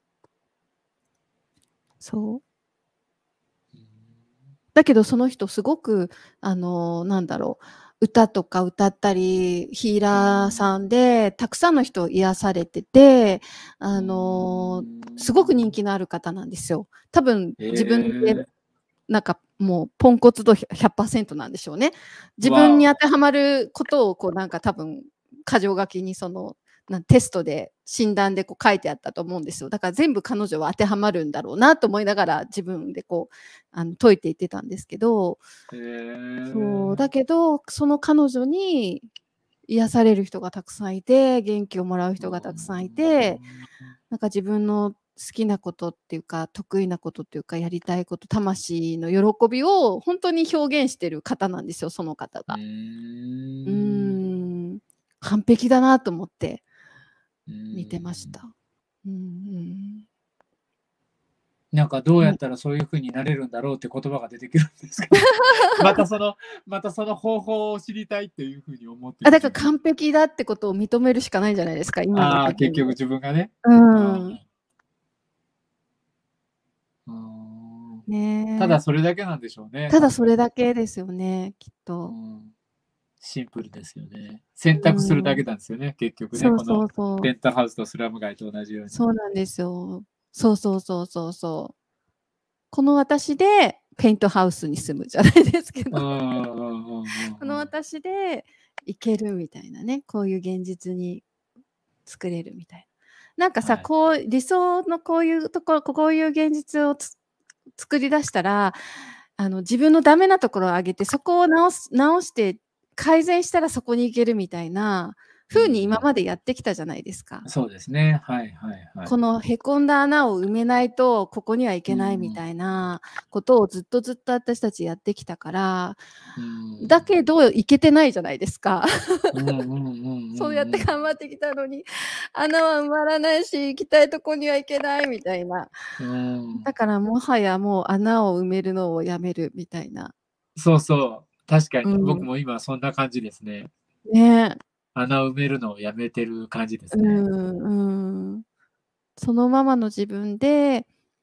A: そう。
B: うん。
A: だけどその人すごく、なんだろう、歌とか歌ったり、ヒー
B: う
A: ラー
B: ん。
A: さんでたくさんの人を癒されてて、
B: うー
A: すごく人
B: ん。
A: 気のある方なんですよ。多分
B: へ
A: 自分で
B: え。
A: なんかもうポンコツ度100%なんでしょうね。自
B: わお。
A: 分に当てはまることをこうなんか多分箇条書きにテストで診断でこう書いてあったと思うんですよ。だから全部彼女は当てはまるんだろうなと思いながら自分でこう解いていってたんですけど、
B: へ
A: そう、だ
B: え。
A: けど、その彼女に癒される人がたくさんいて、元気をもらう
B: うー
A: 人がたくさんいて、
B: ん。
A: なんか自分のきなことっていうか、得意なことっていうか、やりたいこと、魂の喜びを本当に表現してる方なんですよ、その方が。完璧だなと思って見てました。
B: なんかどうやったらそういう風になれるんだろうって言葉が出てくるんですけど、またその方法を知りたいっていう風に思ってる。
A: だから完璧だってことを認めるしかないんじゃないですか、今の自分
B: 結局自分がね。ただそれだけなんでしょうね。
A: ただそれだけですよね、きっと。
B: シンプルですよね。選択するだけなんですよね、結局ね。このペンタハウスとスラム街と同じように。
A: そうなんですよ。そう。この私でペイントハウスに住むじゃないですけど、この私で行けるみたいなね、こういう現実に作れるみたいな。なんかさ、こう理想のこういうところ、こういう現実を作り出したら、自分のダメなところを上げて、そこを直して改善したらそこに行けるみたいな風に今までやってきたじゃないですか。
B: そうですね。
A: このへこんだ穴を埋めないとここには行けないみたいなことをずっと私たちやってきたから、だけど行けてないじゃないですか。そうやって頑張ってきたのに、穴は埋まらないし、行きたいとこには行けないみたいな。だからもはやもう穴を埋めるのをやめるみたいな。
B: そうそう。確かに、僕も今そんな感じですね。
A: ね。
B: 穴を埋めるのをやめてる感じですね。
A: そのままの自分で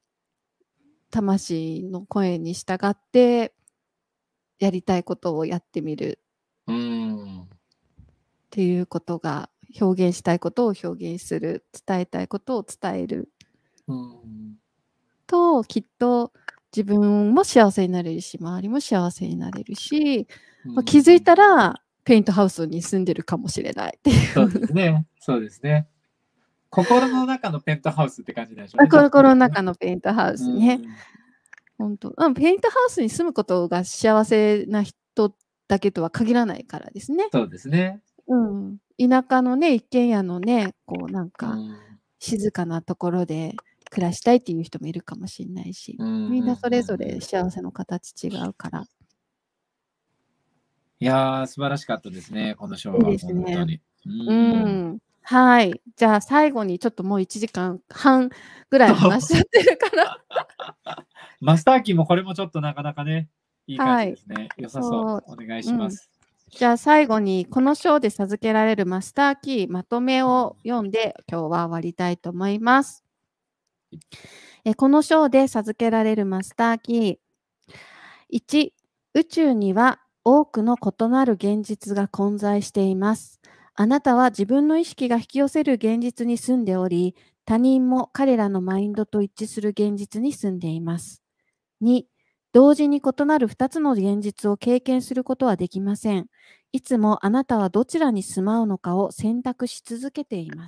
A: 魂の声に従ってやりたいことをやってみるっていうことが、表現したいことを表現する、伝えたいことを伝えると、きっと自分も幸せになれるし、周りも幸せになれるし、気づいたらペイントハウスに住んでるかもしれないっていう。
B: そうですね。そうですね。心の中のペントハウスって感じなんでしょうね。
A: 心の中のペイントハウスね。本当、ペイントハウスに住むことが幸せな人だけとは限らないからですね。
B: そうですね。
A: 田舎のね、一軒家のね、こうなんか静かなところで暮らしたいっていう人もいるかもしれないし、みんなそれぞれ幸せの形違うから。
B: いやー、素晴らしかったですね、このショーは。
A: いいですね。
B: 本当に。
A: はい。じゃあ最後にちょっともう1時間半ぐらい話しちゃってるから。
B: マスターキーもこれもちょっとなかなかね、いい感じですね。良さそう。お願いします。
A: じゃあ最後にこの章で授けられるマスターキーまとめを読んで今日は終わりたいと思います。この章で授けられるマスターキー。1、宇宙には多くの異なる現実が混在しています。あなたは自分の意識が引き寄せる現実に住んでおり、他人も彼らのマインドと一致する現実に住んでいます。2、同時に異なる2つの現実を経験することはできません。いつもあなたはどちらに住まうのかを選択し続けています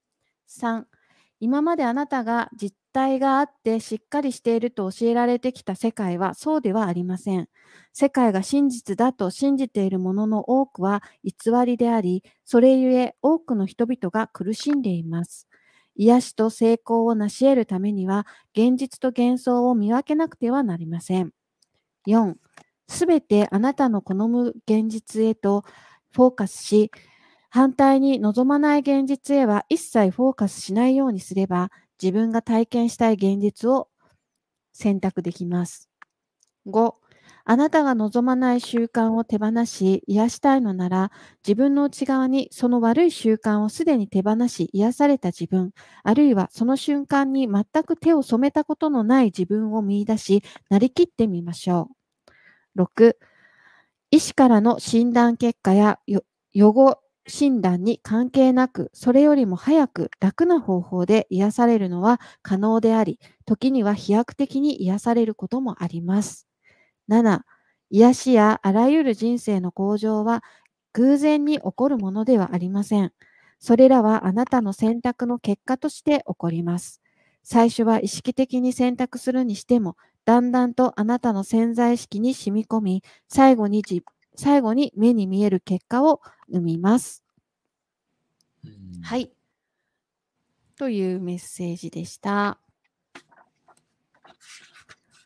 A: 。3、今まであなたが実体があってしっかりしていると教えられてきた世界はそうではありません。世界が真実だと信じているものの多くは偽りであり、それゆえ多くの人々が苦しんでいます。癒しと成功を成し得るためには、現実と幻想を見分けなくてはなりません。4、すべてあなたの好む現実へとフォーカスし、反対に望まない現実へは一切フォーカスしないようにすれば、自分が体験したい現実を選択できます。5、あなたが望まない習慣を手放し癒したいのなら、自分の内側にその悪い習慣をすでに手放し癒された自分、あるいはその瞬間に全く手を染めたことのない自分を見出し、なりきってみましょう。6、医師からの診断結果や予後診断に関係なく、それよりも早く楽な方法で癒されるのは可能であり、時には飛躍的に癒されることもあります。7、癒しやあらゆる人生の向上は偶然に起こるものではありません。それらはあなたの選択の結果として起こります。最初は意識的に選択するにしても、だんだんとあなたの潜在意識に染み込み、最後に目に見える結果を生みます。はい。というメッセージでした。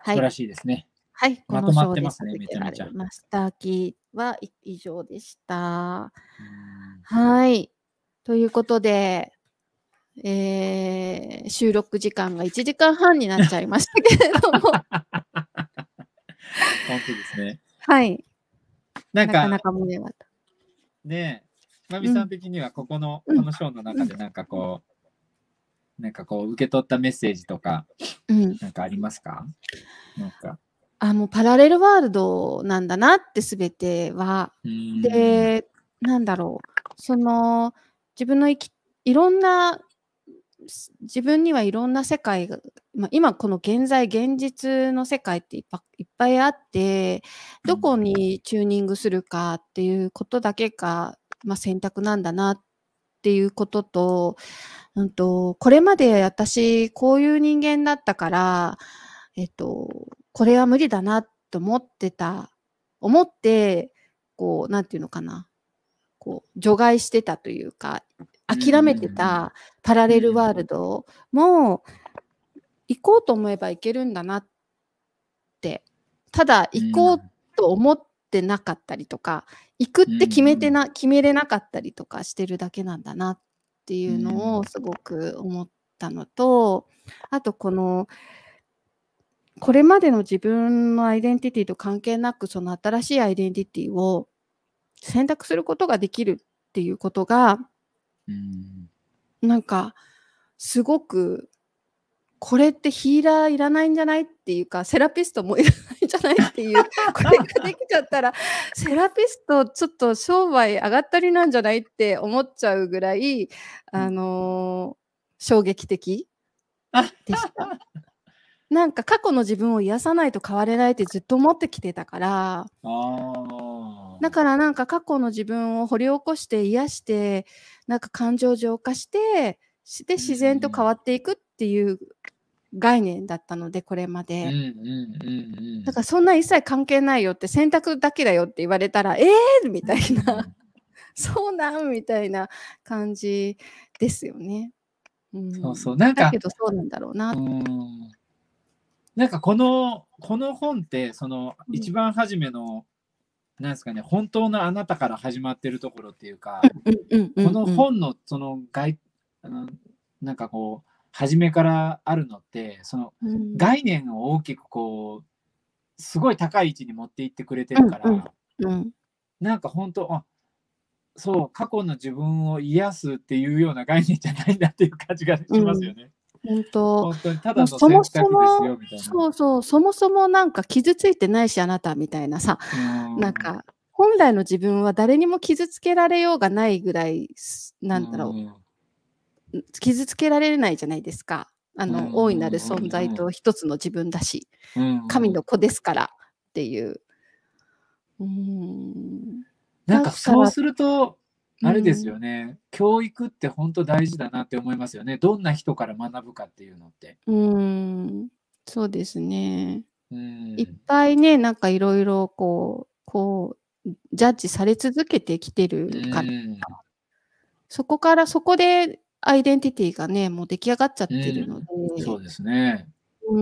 B: 素晴らしいですね。
A: はい、こ
B: まとま
A: の章で
B: ってますね、
A: 授けら
B: めちゃめちゃ。
A: れました。記は以上でした。
B: うん
A: はい。ということで、収録時間が1時間半になっちゃいましたけれども、
B: 本当ですね。
A: はい、
B: なんか
A: なかなか盛り上がった。
B: ね、まみ
A: うん、
B: さん的にはこ
A: うん、
B: の章の中で受け取ったメッセージとか
A: うん。
B: なんかありますか？なんか、
A: もうパラレルワールドなんだなって全ては。で、なんだろう、その、自分のいろんな、自分にはいろんな世界が、今この現実の世界っていっぱいあって、どこにチューニングするかっていうことだけが、選択なんだなっていうことと、これまで私こういう人間だったから、これは無理だなと思って、こう、なんていうのかな、こう、除外してたというか、諦めてたパラレルワールドも、行こうと思えば行けるんだなって、ただ行こうと思ってなかったりとか、行くって決めれなかったりとかしてるだけなんだなっていうのをすごく思ったのと、あとこれまでの自分のアイデンティティと関係なく、その新しいアイデンティティを選択することができるっていうことが、なんか、すごく、これってヒーラーいらないんじゃないっていうか、セラピストもいらないんじゃないっていう、これができちゃったら、セラピストちょっと商売上がったりなんじゃないって思っちゃうぐらい、衝撃的でした。なんか過去の自分を癒さないと変われないってずっと思ってきてたから、だからなんか過去の自分を掘り起こして癒して、なんか感情浄化して、自然と変わっていくっていう概念だったので、これまで。だからそんな一切関係ないよって、選択だけだよって言われたら、みたいな、そうなんみたいな感じですよね。
B: そうそう、なんか、
A: だけどそうなんだろうな。
B: なんかこの本ってその一番初めのなんですかね、本当のあなたから始まってるところっていうか、この本のそのなんかこう初めからあるのってその概念を大きくこうすごい高い位置に持っていってくれてるから、なんか本当そう過去の自分を癒すっていうような概念じゃないんだっていう感じがしますよね。
A: 本当、
B: 本当にただの
A: もうそも
B: 選択です
A: そも、
B: よみたいな。
A: そうそう、そもそもなんか傷ついてないしあなたみたいなさ、なんか本来の自分は誰にも傷つけられようがないぐらい、なんだろう、傷つけられないじゃないですか。大いなる存在と一つの自分だし、神の子ですからっていう。
B: なんかそうするとあれです
A: うん、
B: よね、教育って本当大事だなって思いますよね。どんな人から学ぶかっていうのって。
A: そうですね。
B: う
A: いっ
B: ん。
A: ぱいね、なんかいろいろジャッジされ続けてきて
B: う
A: るから、
B: ん。
A: そこでアイデンティティがね、もう出来上がっちゃっ
B: う
A: てるの
B: ん。そ
A: で、
B: うですね。
A: うん。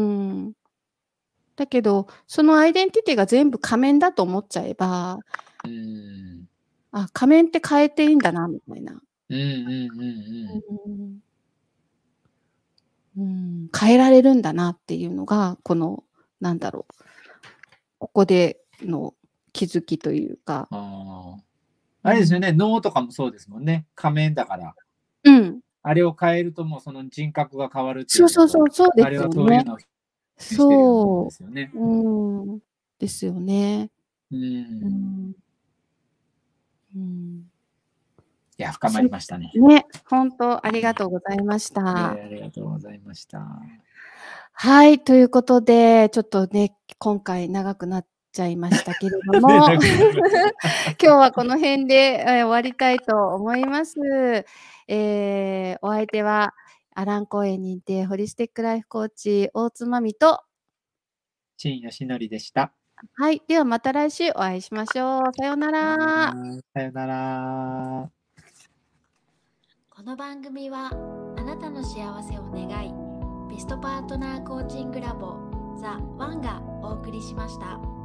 A: だけど、そのアイデンティティが全部仮面だと思っちゃえば、
B: うん。
A: 仮面って変えていいんだなみたいな。
B: うんうんうん
A: うん。変えられるんだなっていうのが、なんだろう、ここでの気づきというか。
B: うん。あれですよね、脳とかもそうですもんね。仮面だから。
A: うん。
B: あれを変えるともうその人格が変わるっていうのと、
A: そうそうそう、そうで
B: あれは
A: すよね。
B: そういうのをしてるようなもんで
A: そ
B: すよね。
A: う。ですよね。
B: うん。
A: うん。うん。
B: いや、深ま
A: そう
B: りましたね。
A: ね、ほんとありがとうございました。
B: ありがとうございました。
A: はい、ということで、ちょっとね、今回長くなっちゃいましたけれども、今日はこの辺で、終わりたいと思います。お相手はアラン公園認定ホリスティックライフコーチ大津まみと、
B: 新吉典でした。
A: はい、ではまた来週お会いしましょう。さようなら。
B: さよなら。
C: この番組はあなたの幸せを願いベストパートナーコーチングラボ座1がお送りしました。